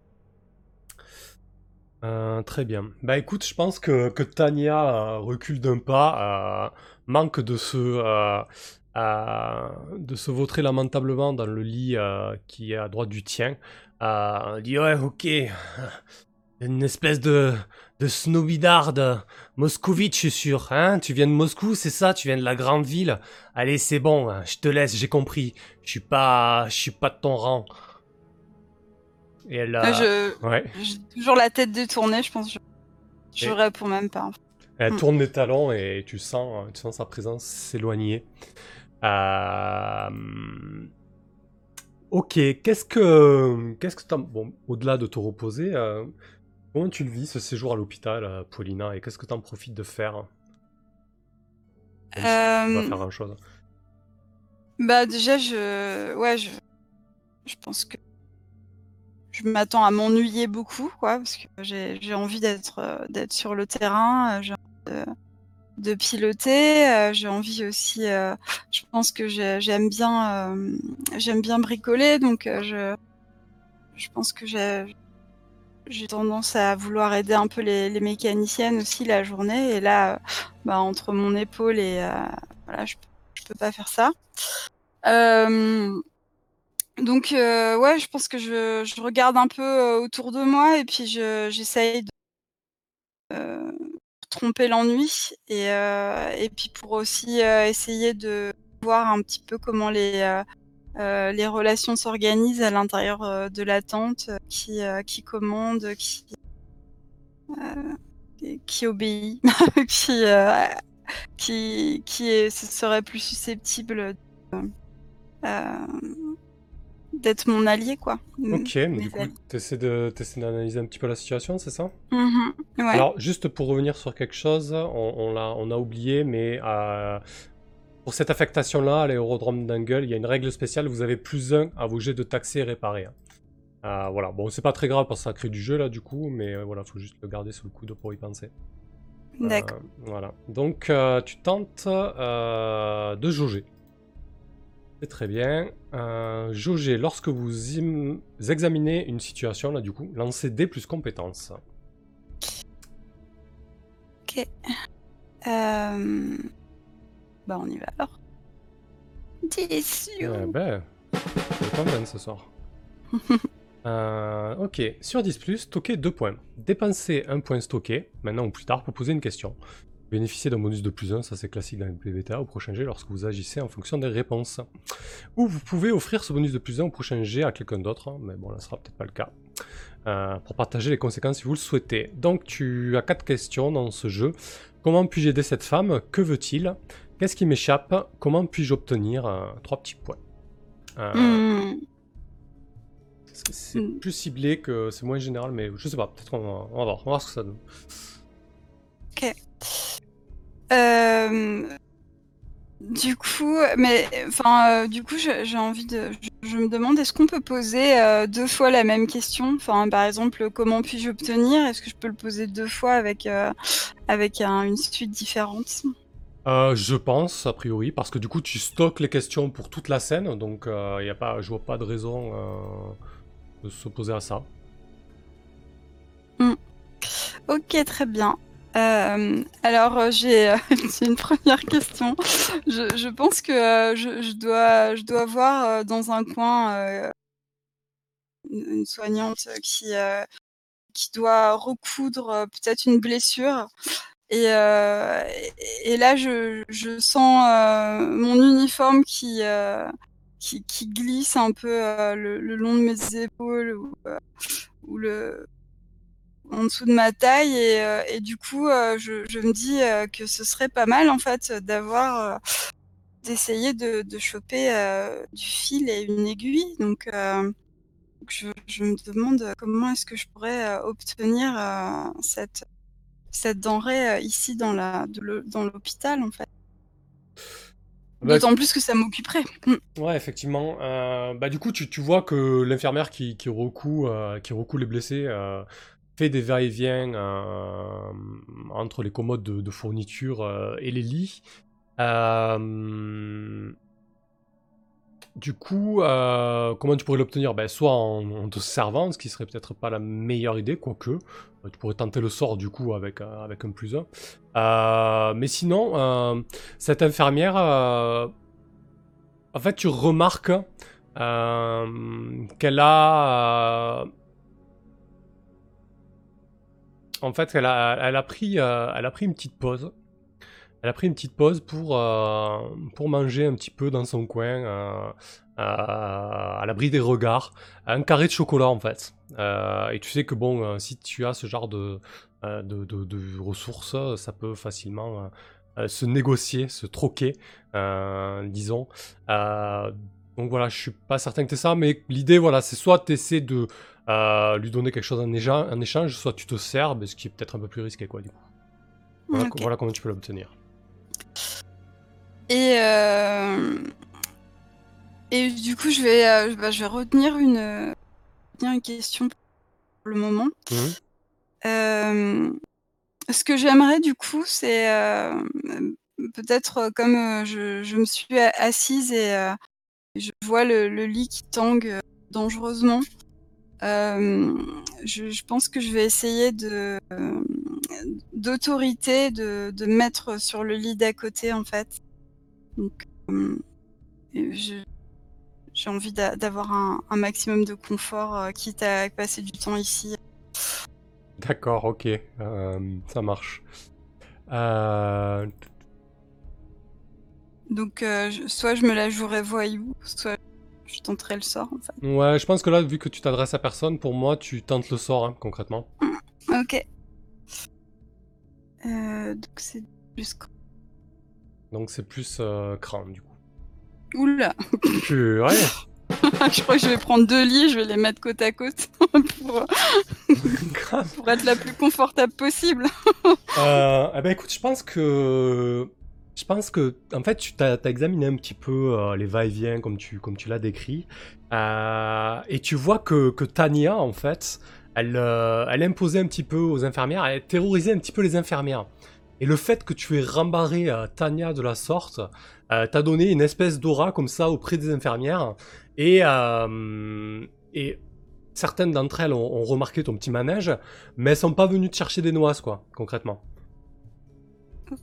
Euh, très bien. Bah écoute, je pense que, que Tania euh, recule d'un pas, euh, manque de se, euh, euh, de se vautrer lamentablement dans le lit euh, qui est à droite du tien. Euh, elle dit ouais, ok, une espèce de, de snobbidarde moscovite, je suis sûr. Hein, tu viens de Moscou, c'est ça? Tu viens de la grande ville? Allez, c'est bon, hein, je te laisse, j'ai compris. Je suis pas, je suis pas de ton rang. Et elle Euh, a... Je, Ouais. j'ai toujours la tête détournée, je pense que je, je Et- réponds même pas. En fait. Elle Mm. tourne les talons et tu sens, tu sens sa présence s'éloigner. Euh, Ok, qu'est-ce que, qu'est-ce que t'as... Bon, au-delà de te reposer, euh, comment tu le vis ce séjour à l'hôpital, euh, Paulina, et qu'est-ce que t'en profites de faire? Même si tu peux pas Euh, faire grand-chose. Bah déjà, je, ouais, je, je pense que je m'attends à m'ennuyer beaucoup, quoi, parce que j'ai j'ai envie d'être euh, d'être sur le terrain, euh, j'ai envie de, de piloter, euh, j'ai envie aussi, euh, je pense que j'ai- j'aime bien, euh, j'aime bien bricoler, donc euh, je, je pense que j'ai j'ai tendance à vouloir aider un peu les, les mécaniciennes aussi la journée, et là, euh, bah, entre mon épaule et euh, voilà, je, je peux pas faire ça. Euh, Donc euh, ouais, je pense que je, je regarde un peu euh, autour de moi, et puis je, j'essaye de euh, tromper l'ennui, et, euh, et puis pour aussi euh, essayer de voir un petit peu comment les, euh, euh, les relations s'organisent à l'intérieur euh, de la tente, euh, qui, euh, qui commande, qui, euh, qui qui obéit, qui, euh, qui, qui est, ce serait plus susceptible de, euh, d'être mon allié, quoi. M- Ok, mais du Mes coup, alliés. t'essaies de, t'essaies d'analyser un petit peu la situation, c'est ça? Mhm. Ouais. Alors, juste pour revenir sur quelque chose, on, on l'a, on a oublié, mais euh, pour cette affectation-là, à l'aérodrome d'Angle, il y a une règle spéciale, vous avez plus un à vos jets de taxer et réparer. Hein. Euh, voilà, bon, c'est pas très grave parce que ça crée du jeu là, du coup, mais euh, voilà, faut juste le garder sous le coude pour y penser. Euh, D'accord. voilà, donc euh, tu tentes euh, de jauger. C'est très bien. Euh, jauger, lorsque vous im- examinez une situation, là, du coup, lancez D plus compétences. Ok. Euh... Bah, on y va alors. dix. Eh ben, c'est pas mal ce soir. Euh, ok, sur dix plus, stocker deux points. Dépensez un point stocké, maintenant ou plus tard, pour poser une question. Bénéficiez d'un bonus de plus un, ça c'est classique dans le P B T A, au prochain jet lorsque vous agissez en fonction des réponses. Ou vous pouvez offrir ce bonus de plus un au prochain jet à quelqu'un d'autre, hein, mais bon là ce sera peut-être pas le cas. Euh, pour partager les conséquences si vous le souhaitez. Donc tu as quatre questions dans ce jeu. Comment puis-je aider cette femme? Que veut-il? Qu'est-ce qui m'échappe? Comment puis-je obtenir euh, trois petits points? Euh, Hmm. c'est- C'est Hmm. plus ciblé que c'est moins général, mais je sais pas, peut-être qu'on va, on va voir, on va voir ce que ça donne. Ok. Euh... Du coup, mais enfin, euh, du coup, je- j'ai envie de. Je, je me demande, est-ce qu'on peut poser euh, deux fois la même question? Enfin, par exemple, comment puis-je obtenir? Est-ce que je peux le poser deux fois avec euh, avec un- une suite différente? Euh, je pense, a priori, parce que du coup tu stockes les questions pour toute la scène, donc euh, y a pas, je vois pas de raison euh, de s'opposer à ça. Hmm. Ok, très bien. Euh, alors, euh, j'ai euh, j'ai une première question. Je, je pense que euh, je, je dois, je dois voir euh, dans un coin euh, une une soignante qui, euh, qui doit recoudre euh, peut-être une blessure. Et, euh, et, et là, je, je sens euh, mon uniforme qui, euh, qui, qui glisse un peu euh, le, le long de mes épaules ou, euh, ou le, en dessous de ma taille. Et, euh, et du coup, euh, je, je me dis euh, que ce serait pas mal en fait d'avoir, euh, d'essayer de, de choper euh, du fil et une aiguille. Donc, euh, je, je me demande comment est-ce que je pourrais euh, obtenir euh, cette cette denrée euh, ici dans la de le- dans l'hôpital en fait. Bah, D'autant plus que ça m'occuperait. Mm. ouais, effectivement. Euh, bah, du coup, tu, tu vois que l'infirmière qui, qui recoue, euh, qui recoue les blessés euh, fait des va-et-vient euh, entre les commodes de, de fourniture euh, et les lits. Euh, du coup, euh, comment tu pourrais l'obtenir? Ben, soit en, en te servant, ce qui serait peut-être pas la meilleure idée, quoique. Euh, Tu pourrais tenter le sort du coup avec, euh, avec un plus un. Euh, mais sinon, euh, cette infirmière, euh, en fait, tu remarques euh, qu'elle a, euh, en fait, elle a, elle a pris, euh, elle a pris une petite pause. Elle a pris une petite pause pour, euh, pour manger un petit peu dans son coin, euh, euh, à l'abri des regards, un carré de chocolat en fait. Euh, et tu sais que bon, euh, si tu as ce genre de, euh, de, de- de ressources, ça peut facilement euh, euh, se négocier, se troquer, euh, disons. Euh, donc voilà, je suis pas certain que tu ça, mais l'idée, voilà, c'est soit tu essaies de euh, lui donner quelque chose en échange, en échange, soit tu te sers, mais ce qui est peut-être un peu plus risqué, quoi, du coup. Voilà, Ok. voilà comment tu peux l'obtenir. Et euh, et du coup, je vais euh, bah, je vais retenir une euh, retenir une question pour le moment. Mhm. Euh, ce que j'aimerais du coup, c'est euh, peut-être euh, comme euh, je, je me suis a- assise et euh, je vois le, le lit qui tangue euh, dangereusement. Euh, je, je pense que je vais essayer de euh, d'autorité de, de mettre sur le lit d'à côté en fait. Donc, euh, et je- j'ai envie d'a- d'avoir un, un maximum de confort, euh, quitte à passer du temps ici. D'accord, ok, euh, ça marche. Euh, Donc, euh, je- soit je me la jouerai voyou, soit je tenterai le sort en fait. ouais, je pense que là, vu que tu t'adresses à personne, pour moi, tu tentes le sort, hein, concrètement. Ok. Euh, donc c'est plus. Donc c'est plus euh, crâne, du coup. Oula. Purée. Je crois que je vais prendre deux lits, je vais les mettre côte à côte pour, Grave. pour être la plus confortable possible. Euh, eh ben écoute, je pense que... Je pense que, en fait, tu t'as, t'as examiné un petit peu euh, les va-et-vient comme tu, comme tu l'as décrit. Euh, et tu vois que, que Tania, en fait, elle, euh, elle imposait un petit peu aux infirmières, elle terrorisait un petit peu les infirmières. Et le fait que tu aies rembarré euh, Tania de la sorte euh, t'a donné une espèce d'aura comme ça auprès des infirmières. Et, euh, et certaines d'entre elles ont, ont remarqué ton petit manège, mais elles sont pas venues te chercher des noix, quoi, concrètement. Ok.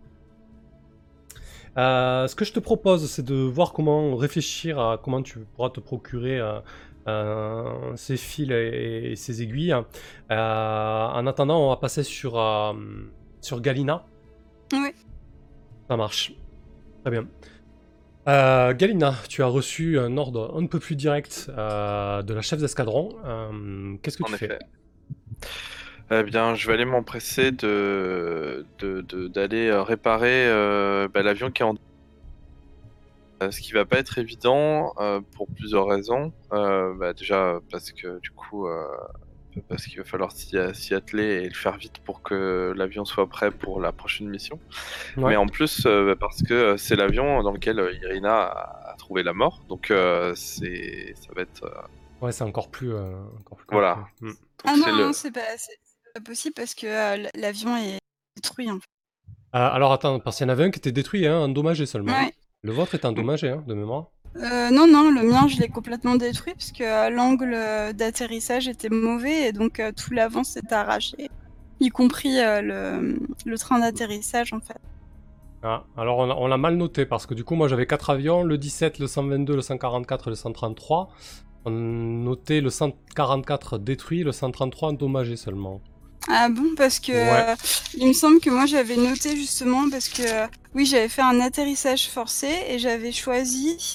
Euh, ce que je te propose, c'est de voir comment réfléchir à comment tu pourras te procurer euh, euh, ces fils et, et ces aiguilles. Euh, en attendant, on va passer sur, euh, sur Galina. Oui. Ça marche. Très bien. Euh, Galina, tu as reçu un ordre un peu plus direct euh, de la chef d'escadron. Euh, Qu'est-ce que En tu fais? effet. Eh bien, je vais aller m'empresser de, de, de- d'aller euh, réparer euh, bah, l'avion qui est en... Euh, Ce qui va pas être évident euh, pour plusieurs raisons. Euh, bah, déjà parce que du coup, euh, parce qu'il va falloir s'y, s'y atteler et le faire vite pour que l'avion soit prêt pour la prochaine mission. Ouais. Mais en plus, euh, bah, parce que euh, c'est l'avion dans lequel euh, Irina a, a trouvé la mort. Donc euh, c'est, ça va être... euh, Ouais, c'est encore plus, euh, encore plus voilà. compliqué. Hmm. Donc Ah c'est non, le... non, c'est pas, c'est c'est pas possible parce que euh, l- l'avion est détruit en fait. Euh, alors attends, parce qu'il y en avait un qui était détruit, hein, endommagé seulement. Ouais. Le vôtre est endommagé, hein, de mémoire. Euh, non, non, le mien, je l'ai complètement détruit parce que euh, l'angle euh, d'atterrissage était mauvais et donc euh, tout l'avant s'est arraché. y compris euh, le, le train d'atterrissage en fait. Ah, alors on a- on l'a mal noté parce que du coup moi j'avais quatre avions, le dix-sept, le cent vingt-deux, le cent quarante-quatre et le cent trente-trois. On notait le cent quarante-quatre détruit, le cent trente-trois endommagé seulement. Ah bon, parce que Ouais. euh, il me semble que moi j'avais noté justement parce que euh, oui j'avais fait un atterrissage forcé et j'avais choisi.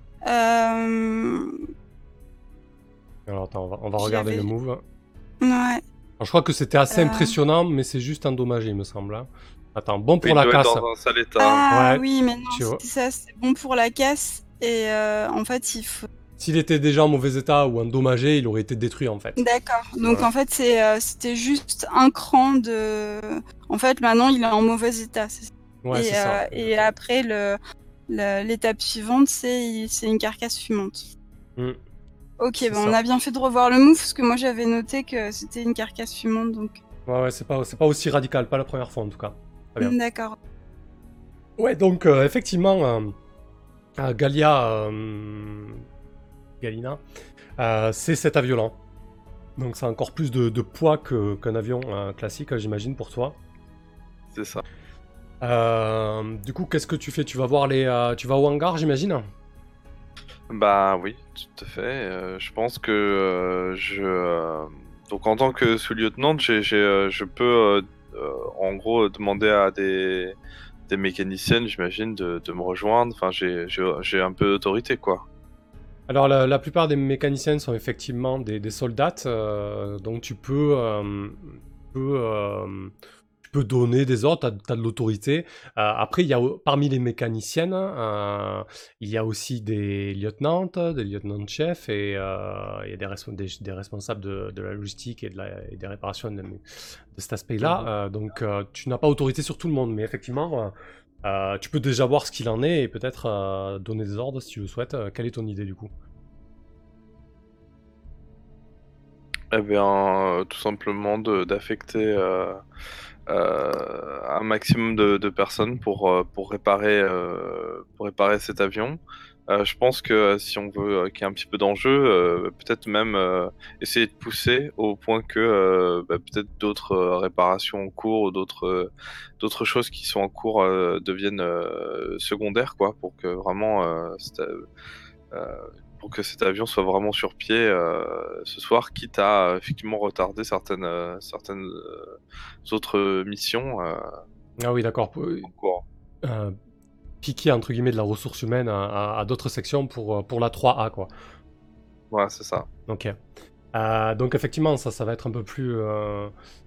Euh... Alors attends, on va, on va regarder le J'avais. move. Ouais. Alors, je crois que c'était assez Euh... impressionnant, mais c'est juste endommagé il me semble. hein. Attends, bon pour Il la doit être casse. dans un sale état. Ah Ouais, oui, mais non, tu vois. c'est ça, c'est bon pour la casse. Et euh, en fait, il faut. S'il était déjà en mauvais état ou endommagé, il aurait été détruit en fait. D'accord. Donc Voilà. en fait, c'est, euh, c'était juste un cran de. En fait, maintenant, il est en mauvais état. c'est ça. Ouais, et, c'est ça. euh, et après, le, le- l'étape suivante, c'est, c'est une carcasse fumante. Mm. Ok, C'est bon, ça. on a bien fait de revoir le move parce que moi j'avais noté que c'était une carcasse fumante, donc. Ouais, ouais, c'est pas, c'est pas aussi radical, pas la première fois en tout cas. Très bien. D'accord. Ouais, donc euh, effectivement, euh, euh, Galia, euh, Galina, euh, c'est cet avion-là. Donc ça a encore plus de, de poids que, qu'un avion euh, classique, j'imagine, pour toi. C'est ça. Euh, du coup, qu'est-ce que tu fais? Tu vas voir les, euh, tu vas au hangar, j'imagine? Bah oui, tout à fait. Euh, je pense que euh, je. euh, Donc en tant que sous-lieutenant, j'ai, j'ai, euh, je peux euh, euh, en gros demander à des, des mécaniciennes, j'imagine, de, de me rejoindre. Enfin, j'ai, j'ai, j'ai un peu d'autorité, quoi. Alors la, la plupart des mécaniciens sont effectivement des, des soldats, euh, donc tu peux, euh, peux, euh, tu peux donner des ordres, tu as de l'autorité. Euh, après, il y a, parmi les mécaniciennes, euh, il y a aussi des lieutenantes, des lieutenants-chefs, et euh, il y a des, res- des, des responsables de, de la logistique et, de la, et des réparations de, de cet aspect-là. Mhm. Euh, donc euh, tu n'as pas autorité sur tout le monde, mais effectivement... euh, euh, tu peux déjà voir ce qu'il en est et peut-être euh, donner des ordres si tu le souhaites. Euh, quelle est ton idée du coup? Eh bien, euh, tout simplement de, d'affecter euh, euh, un maximum de, de personnes pour, euh, pour réparer, euh, pour réparer cet avion. Euh, je pense que euh, si on veut euh, qu'il y ait un petit peu d'enjeu, euh, peut-être même euh, essayer de pousser au point que euh, bah, peut-être d'autres euh, réparations en cours ou d'autres euh, d'autres choses qui sont en cours euh, deviennent euh, secondaires, quoi, pour que vraiment euh, c'est, euh, pour que cet avion soit vraiment sur pied euh, ce soir, quitte à euh, effectivement retarder certaines, euh, certaines euh, autres missions euh, Ah oui, d'accord. en cours. Euh, piquer entre guillemets de la ressource humaine à, à- à d'autres sections pour, euh, pour la trois A quoi. Voilà, c'est ça. Ok. Euh, donc effectivement, ça, ça va être un peu plus, euh,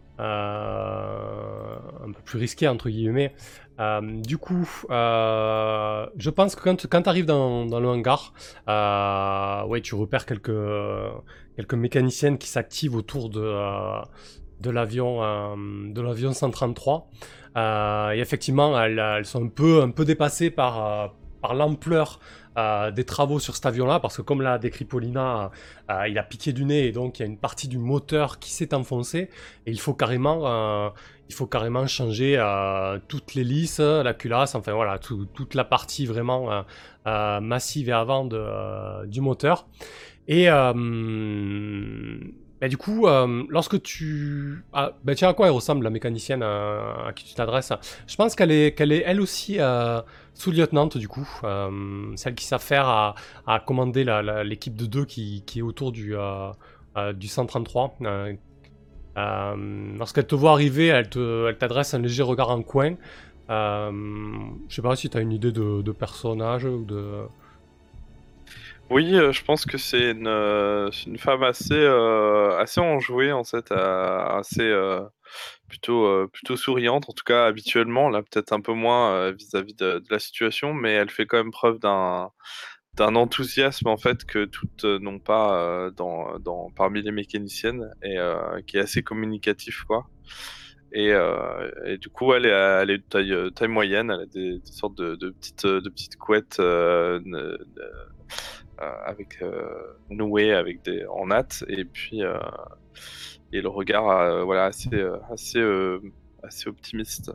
euh, un peu plus risqué entre guillemets. Euh, du coup, euh, je pense que quand, quand tu arrives dans, dans le hangar, euh, ouais, tu repères quelques, quelques mécaniciennes qui s'activent autour de, euh, de l'avion, euh, de l'avion cent trente-trois. Euh, et effectivement, elles, elles sont un peu, un peu dépassées par, euh, par l'ampleur euh, des travaux sur cet avion-là, parce que comme l'a décrit Paulina, euh, il a piqué du nez et donc il y a une partie du moteur qui s'est enfoncée et il faut carrément, euh, il faut carrément changer euh, toutes les lisses, la culasse, enfin voilà, tout, toute la partie vraiment euh, euh, massive et avant de, euh, du moteur. Et euh, bah, du coup, euh, lorsque tu... Ah, bah tiens, à quoi elle ressemble la mécanicienne à, à qui tu t'adresses? Je pense qu'elle est, qu'elle est elle aussi euh, sous-lieutenante du coup, euh, celle qui s'affaire à, à commander la- la- l'équipe de deux qui, qui est autour du, euh, euh, du cent trente-trois. Euh, euh, lorsqu'elle te voit arriver, elle, te, elle t'adresse un léger regard en coin. Euh, je sais pas si tu as une idée de, de personnage ou de... Oui, euh, je pense que c'est une, euh, c'est une femme assez, euh, assez enjouée, en fait, euh, assez euh, plutôt, euh, plutôt souriante, en tout cas habituellement, là peut-être un peu moins euh, vis-à-vis de, de la situation, mais elle fait quand même preuve d'un, d'un enthousiasme en fait que toutes euh, n'ont pas euh, dans, dans, parmi les mécaniciennes et euh, qui est assez communicatif, quoi. Et, euh, et du coup, elle est, elle est de taille, euh, taille moyenne, elle a des, des sortes de, de petites, de petites couettes euh, ne- ne- euh, avec euh, nouées avec des en natte, et puis euh, et le regard euh, voilà assez euh, assez euh, assez optimiste.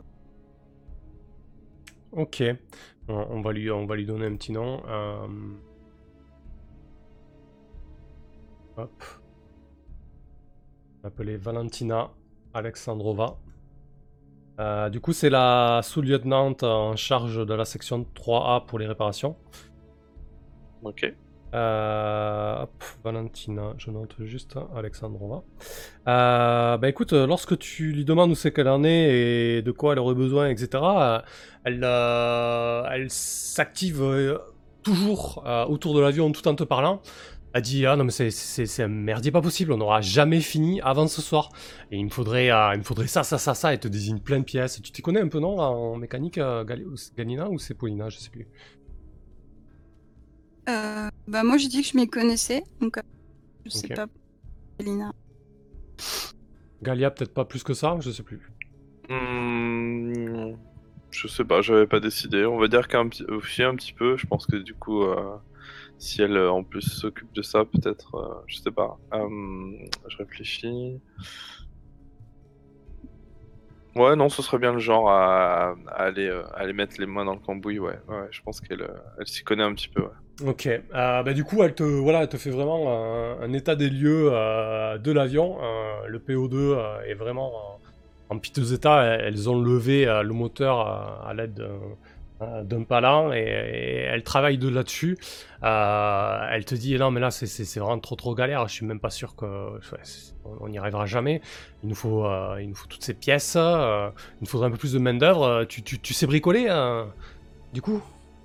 Ok, on, on va lui, on va lui donner un petit nom. Euh, Hop. On va l'appeler Valentina. Alexandrova. Euh, du coup, c'est la sous-lieutenant en charge de la section trois A pour les réparations. Ok. Euh, hop, Valentina, je note juste Alexandrova. Euh, bah écoute, lorsque tu lui demandes où c'est qu'elle en est et de quoi elle aurait besoin, et cetera, euh, elle, euh, elle s'active euh, toujours euh, autour de l'avion tout en te parlant. Elle dit ah non mais c'est, c'est, c'est un merdier pas possible, on n'aura jamais fini avant ce soir. Et il me faudrait, euh, il me faudrait ça, ça, ça, ça, et te désigne plein de pièces. Tu t'y connais un peu non en mécanique, euh, Gali- Galina ou c'est Paulina, je sais plus. Euh, bah moi j'ai dit que je m'y connaissais, donc euh, je sais Ok. pas. Elina. Galia peut-être pas plus que ça, je sais plus. Hmm, je sais pas, j'avais pas décidé. On va dire qu'un petit, aussi un petit peu. Je pense que du coup, euh, si elle euh, en plus s'occupe de ça, peut-être, euh, je sais pas. Euh, je réfléchis. Ouais, non, ce serait bien le genre à, à aller, euh, à aller mettre les mains dans le cambouis. Ouais, ouais, je pense qu'elle, euh, elle s'y connaît un petit peu. Ouais. Ok, euh, bah du coup elle te, voilà, elle te fait vraiment un, un état des lieux euh, de l'avion. Euh, le P O deux euh, est vraiment en, en piteux état. Elles ont levé euh, le moteur euh, à l'aide d'un, euh, d'un palan et, et elle travaille de là-dessus. Euh, elle te dit non mais là c'est, c'est, c'est vraiment trop trop galère. Je suis même pas sûr que ouais, c'est- on n'y arrivera jamais. Il nous faut, euh, il nous faut toutes ces pièces. Euh, il nous faudrait un peu plus de main d'œuvre. Tu, tu, tu sais bricoler euh, du coup?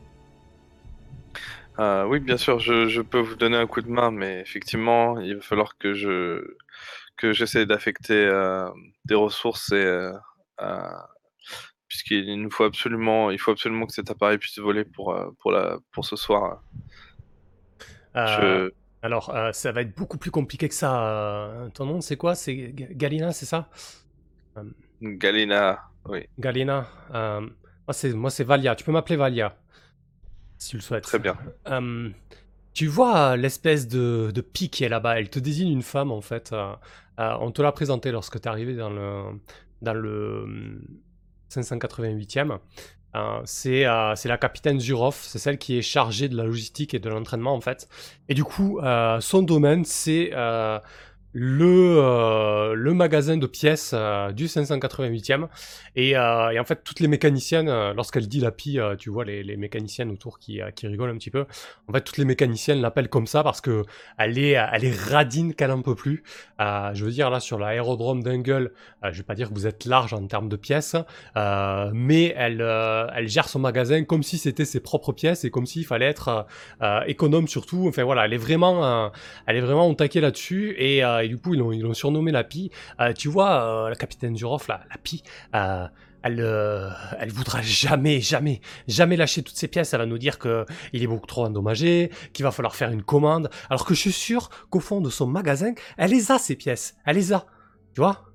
Euh, oui, bien sûr, je, je peux vous donner un coup de main, mais effectivement, il va falloir que je que j'essaie d'affecter euh, des ressources et euh, euh, puisqu'il nous faut absolument, il faut absolument que cet appareil puisse voler pour euh, pour la pour ce soir. Euh, Je alors, euh, ça va être beaucoup plus compliqué que ça. Euh, ton nom, c'est quoi? C'est Ga- Galina, c'est ça? Euh, Galena, oui, Galina. euh, moi, c'est moi, c'est Valia. Tu peux m'appeler Valia, si tu le très souhaites. bien. Euh, tu vois euh, l'espèce de, de pie qui est là-bas. Elle te désigne une femme, en fait. Euh, euh, on te l'a présentée lorsque tu es arrivé dans le, dans le hum, cinq cent quatre-vingt-huitième. Euh, c'est euh, c'est la capitaine Zurov, c'est celle qui est chargée de la logistique et de l'entraînement en fait. Et du coup, euh, son domaine, c'est euh, le, euh, le magasin de pièces euh, du cinq cent quatre-vingt-huitième. Et, euh, et en fait, toutes les mécaniciennes, euh, lorsqu'elle dit la pie, euh, tu vois les, les mécaniciennes autour qui, euh, qui rigolent un petit peu. En fait, toutes les mécaniciennes l'appellent comme ça parce que elle est, elle est radine qu'elle en peut plus. Euh, je veux dire, là, sur l'aérodrome d'Engel, euh, je vais pas dire que vous êtes large en termes de pièces, euh, mais elle, euh, elle gère son magasin comme si c'était ses propres pièces et comme s'il fallait être euh, économe surtout. Enfin voilà, elle est vraiment, euh, elle est vraiment au taquet là-dessus et, euh, et du coup ils l'ont, ils l'ont surnommé la Pie. Euh, tu vois, euh, la capitaine Zuroff, la, la Pie, euh, elle, euh, elle voudra jamais, jamais, jamais lâcher toutes ces pièces. Elle va nous dire que il est beaucoup trop endommagé, qu'il va falloir faire une commande. Alors que je suis sûr qu'au fond de son magasin, elle les a ces pièces, elle les a. Tu vois?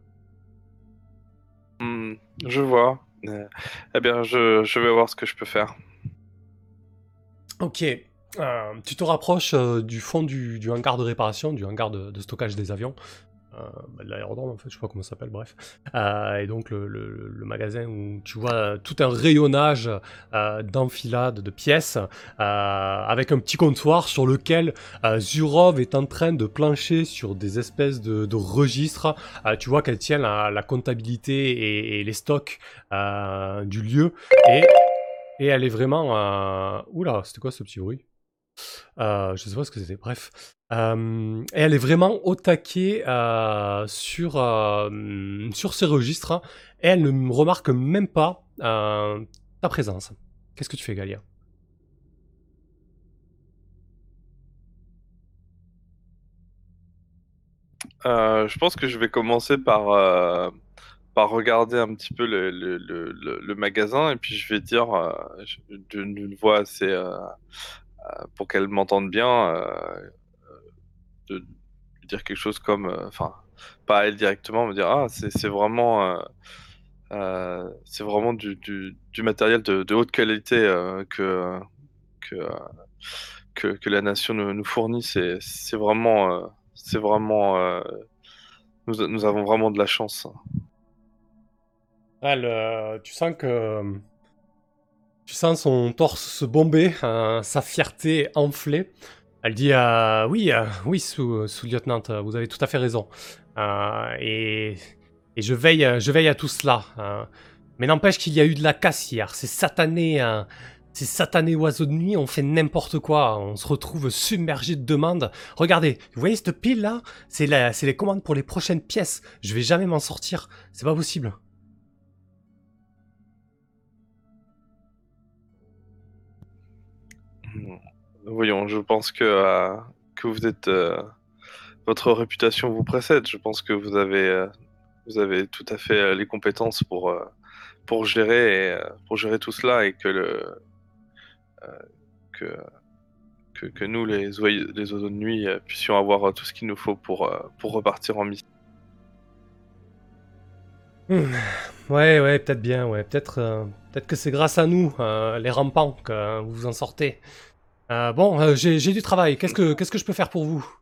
Hmm, je vois. Euh, eh bien, je, je vais voir ce que je peux faire. Ok. Euh, tu te rapproches euh, du fond du, du hangar de réparation, du hangar de, de stockage des avions. Euh, bah, de l'aérodrome en fait, je sais pas comment ça s'appelle, bref. Euh, et donc le, le- le magasin où tu vois euh, tout un rayonnage euh, d'enfilades de pièces, euh, avec un petit comptoir sur lequel euh, Zurov est en train de plancher sur des espèces de, de registres. Euh, tu vois qu'elle tient la, la comptabilité et, et les stocks euh, du lieu. Et, et elle est vraiment... Euh... Oula, c'était quoi ce petit bruit? Euh, je sais pas ce que c'était, bref. Euh, et elle est vraiment au taquet euh, sur, euh, sur ces registres, hein, et elle ne me remarque même pas euh, ta présence. Qu'est-ce que tu fais, Galia? Euh, je pense que je vais commencer par, euh, par regarder un petit peu le, le, le, le- le magasin et puis je vais dire euh, je- d'une d'une voix assez euh, euh, pour qu'elle m'entende bien, euh, de, de dire quelque chose comme, euh, enfin, pas à elle directement, me dire ah c'est c'est vraiment euh, euh, c'est vraiment du, du, du matériel de, de haute qualité euh, que, que, euh, que que la nation nous, nous fournit. C'est c'est vraiment euh, c'est vraiment euh, nous, nous avons vraiment de la chance. Elle, euh, tu sens que tu sens son torse se bomber, euh, sa fierté enfler. Elle dit euh, oui, euh, oui, sous, sous-lieutenant, vous avez tout à fait raison. Euh, et Et je veille, euh, je veille à tout cela. Hein. Mais n'empêche qu'il y a eu de la casse hier. Ces satanés, hein, ces satanés oiseaux de nuit ont fait n'importe quoi. On se retrouve submergé de demandes. Regardez, vous voyez cette pile là? C'est la, c'est les commandes pour les prochaines pièces. Je vais jamais m'en sortir. C'est pas possible. Voyons, je pense que, euh, que vous êtes... euh, votre réputation vous précède. Je pense que vous avez, euh, vous avez tout à fait euh, les compétences pour, euh, pour, gérer et, euh, pour gérer tout cela et que, le, euh, que, que, que nous, les, oies- les oiseaux de nuit, euh, puissions avoir euh, tout ce qu'il nous faut pour, euh, pour repartir en mission. Hmm. Ouais, ouais, peut-être bien, ouais. Peut-être euh, peut-être que c'est grâce à nous, euh, les rampants, que euh, vous vous en sortez. Euh, bon, euh, j'ai j'ai du travail. Qu'est-ce que qu'est-ce que je peux faire pour vous?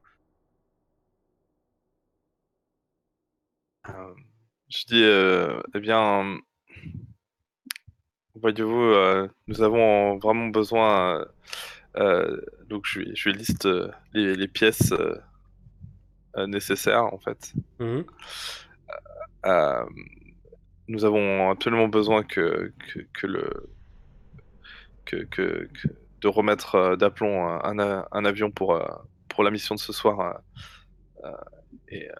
Euh, je dis, euh, eh bien, voyez-vous, euh, nous avons vraiment besoin. Euh, euh, donc, je lui, je lui liste euh, les, les pièces euh, euh, nécessaires, en fait. Mhm. Euh, nous avons absolument besoin que, que, que le que, que, que- de remettre euh, d'aplomb un, un, un avion pour, euh, pour la mission de ce soir. euh, euh, et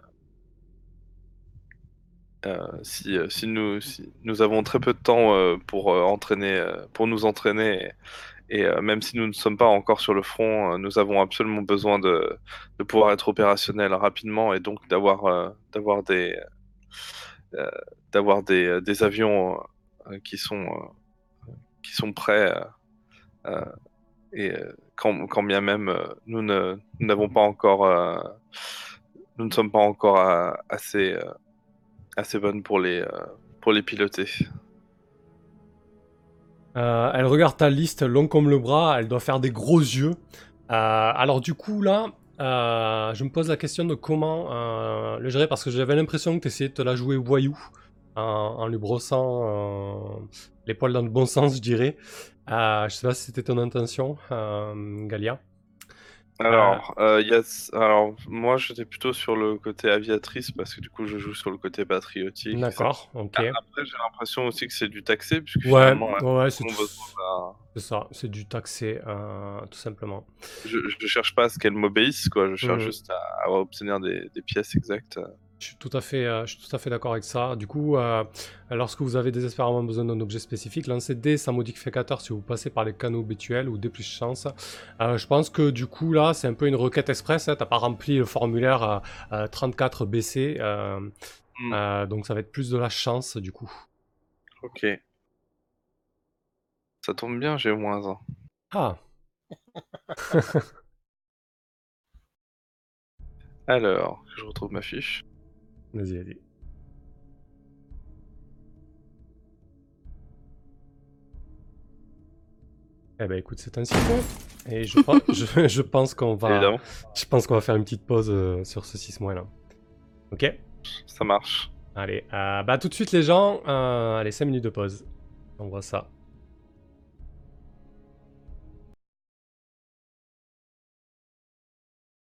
euh, si, euh, si, nous, si nous avons très peu de temps euh, pour, euh, entraîner, euh, pour nous entraîner, et, et, euh, même si nous ne sommes pas encore sur le front, euh, nous avons absolument besoin de, de pouvoir être opérationnels rapidement et donc d'avoir euh, d'avoir des, euh, d'avoir des, des avions euh, qui, sont, euh, qui sont prêts. Euh, euh, Et euh, quand, quand bien même euh, nous ne nous n'avons pas encore, euh, nous ne sommes pas encore euh, assez, euh, assez bonnes pour les, euh, pour les piloter. Euh, elle regarde ta liste longue comme le bras, elle doit faire des gros yeux. Euh, alors du coup là, euh, je me pose la question de comment euh, le gérer parce que j'avais l'impression que tu essayais de te la jouer voyou en, en lui brossant euh, les poils dans le bon sens, je dirais. Euh, je sais pas si c'était ton intention, euh, Galia. Euh, Alors, euh, y a... Alors, moi j'étais plutôt sur le côté aviatrice parce que du coup je joue sur le côté patriotique, et cetera. D'accord, ok. Après, j'ai l'impression aussi que c'est du taxé, puisque Ouais, finalement, ouais, ouais, c'est on a besoin d'un- c'est ça, c'est du taxé, euh, tout simplement. je, je cherche pas à ce qu'elle m'obéisse, quoi. Je cherche Mhm. juste à, à obtenir des, des pièces exactes. Je suis tout à fait, euh, je suis tout à fait d'accord avec ça. Du coup, euh, lorsque vous avez désespérément besoin d'un objet spécifique, lancez D sans modificateur si vous passez par les canaux habituels ou D plus chance. Euh, je pense que du coup, là, c'est un peu une requête express. Hein. T'as pas rempli le formulaire euh, euh, trente-quatre B C, euh, Hmm, euh, donc ça va être plus de la chance, du coup. ok. Ça tombe bien, j'ai au moins un. Ah, Alors, je retrouve ma fiche. vas-y, vas-y. Eh ben écoute, c'est ainsi fait. Et je, pense- je, je pense qu'on va, Évidemment, je pense qu'on va faire une petite pause euh, sur ce six mois là. Ok? ça marche. Allez, euh, bah tout de suite les gens. Euh, allez, cinq minutes de pause. On voit ça.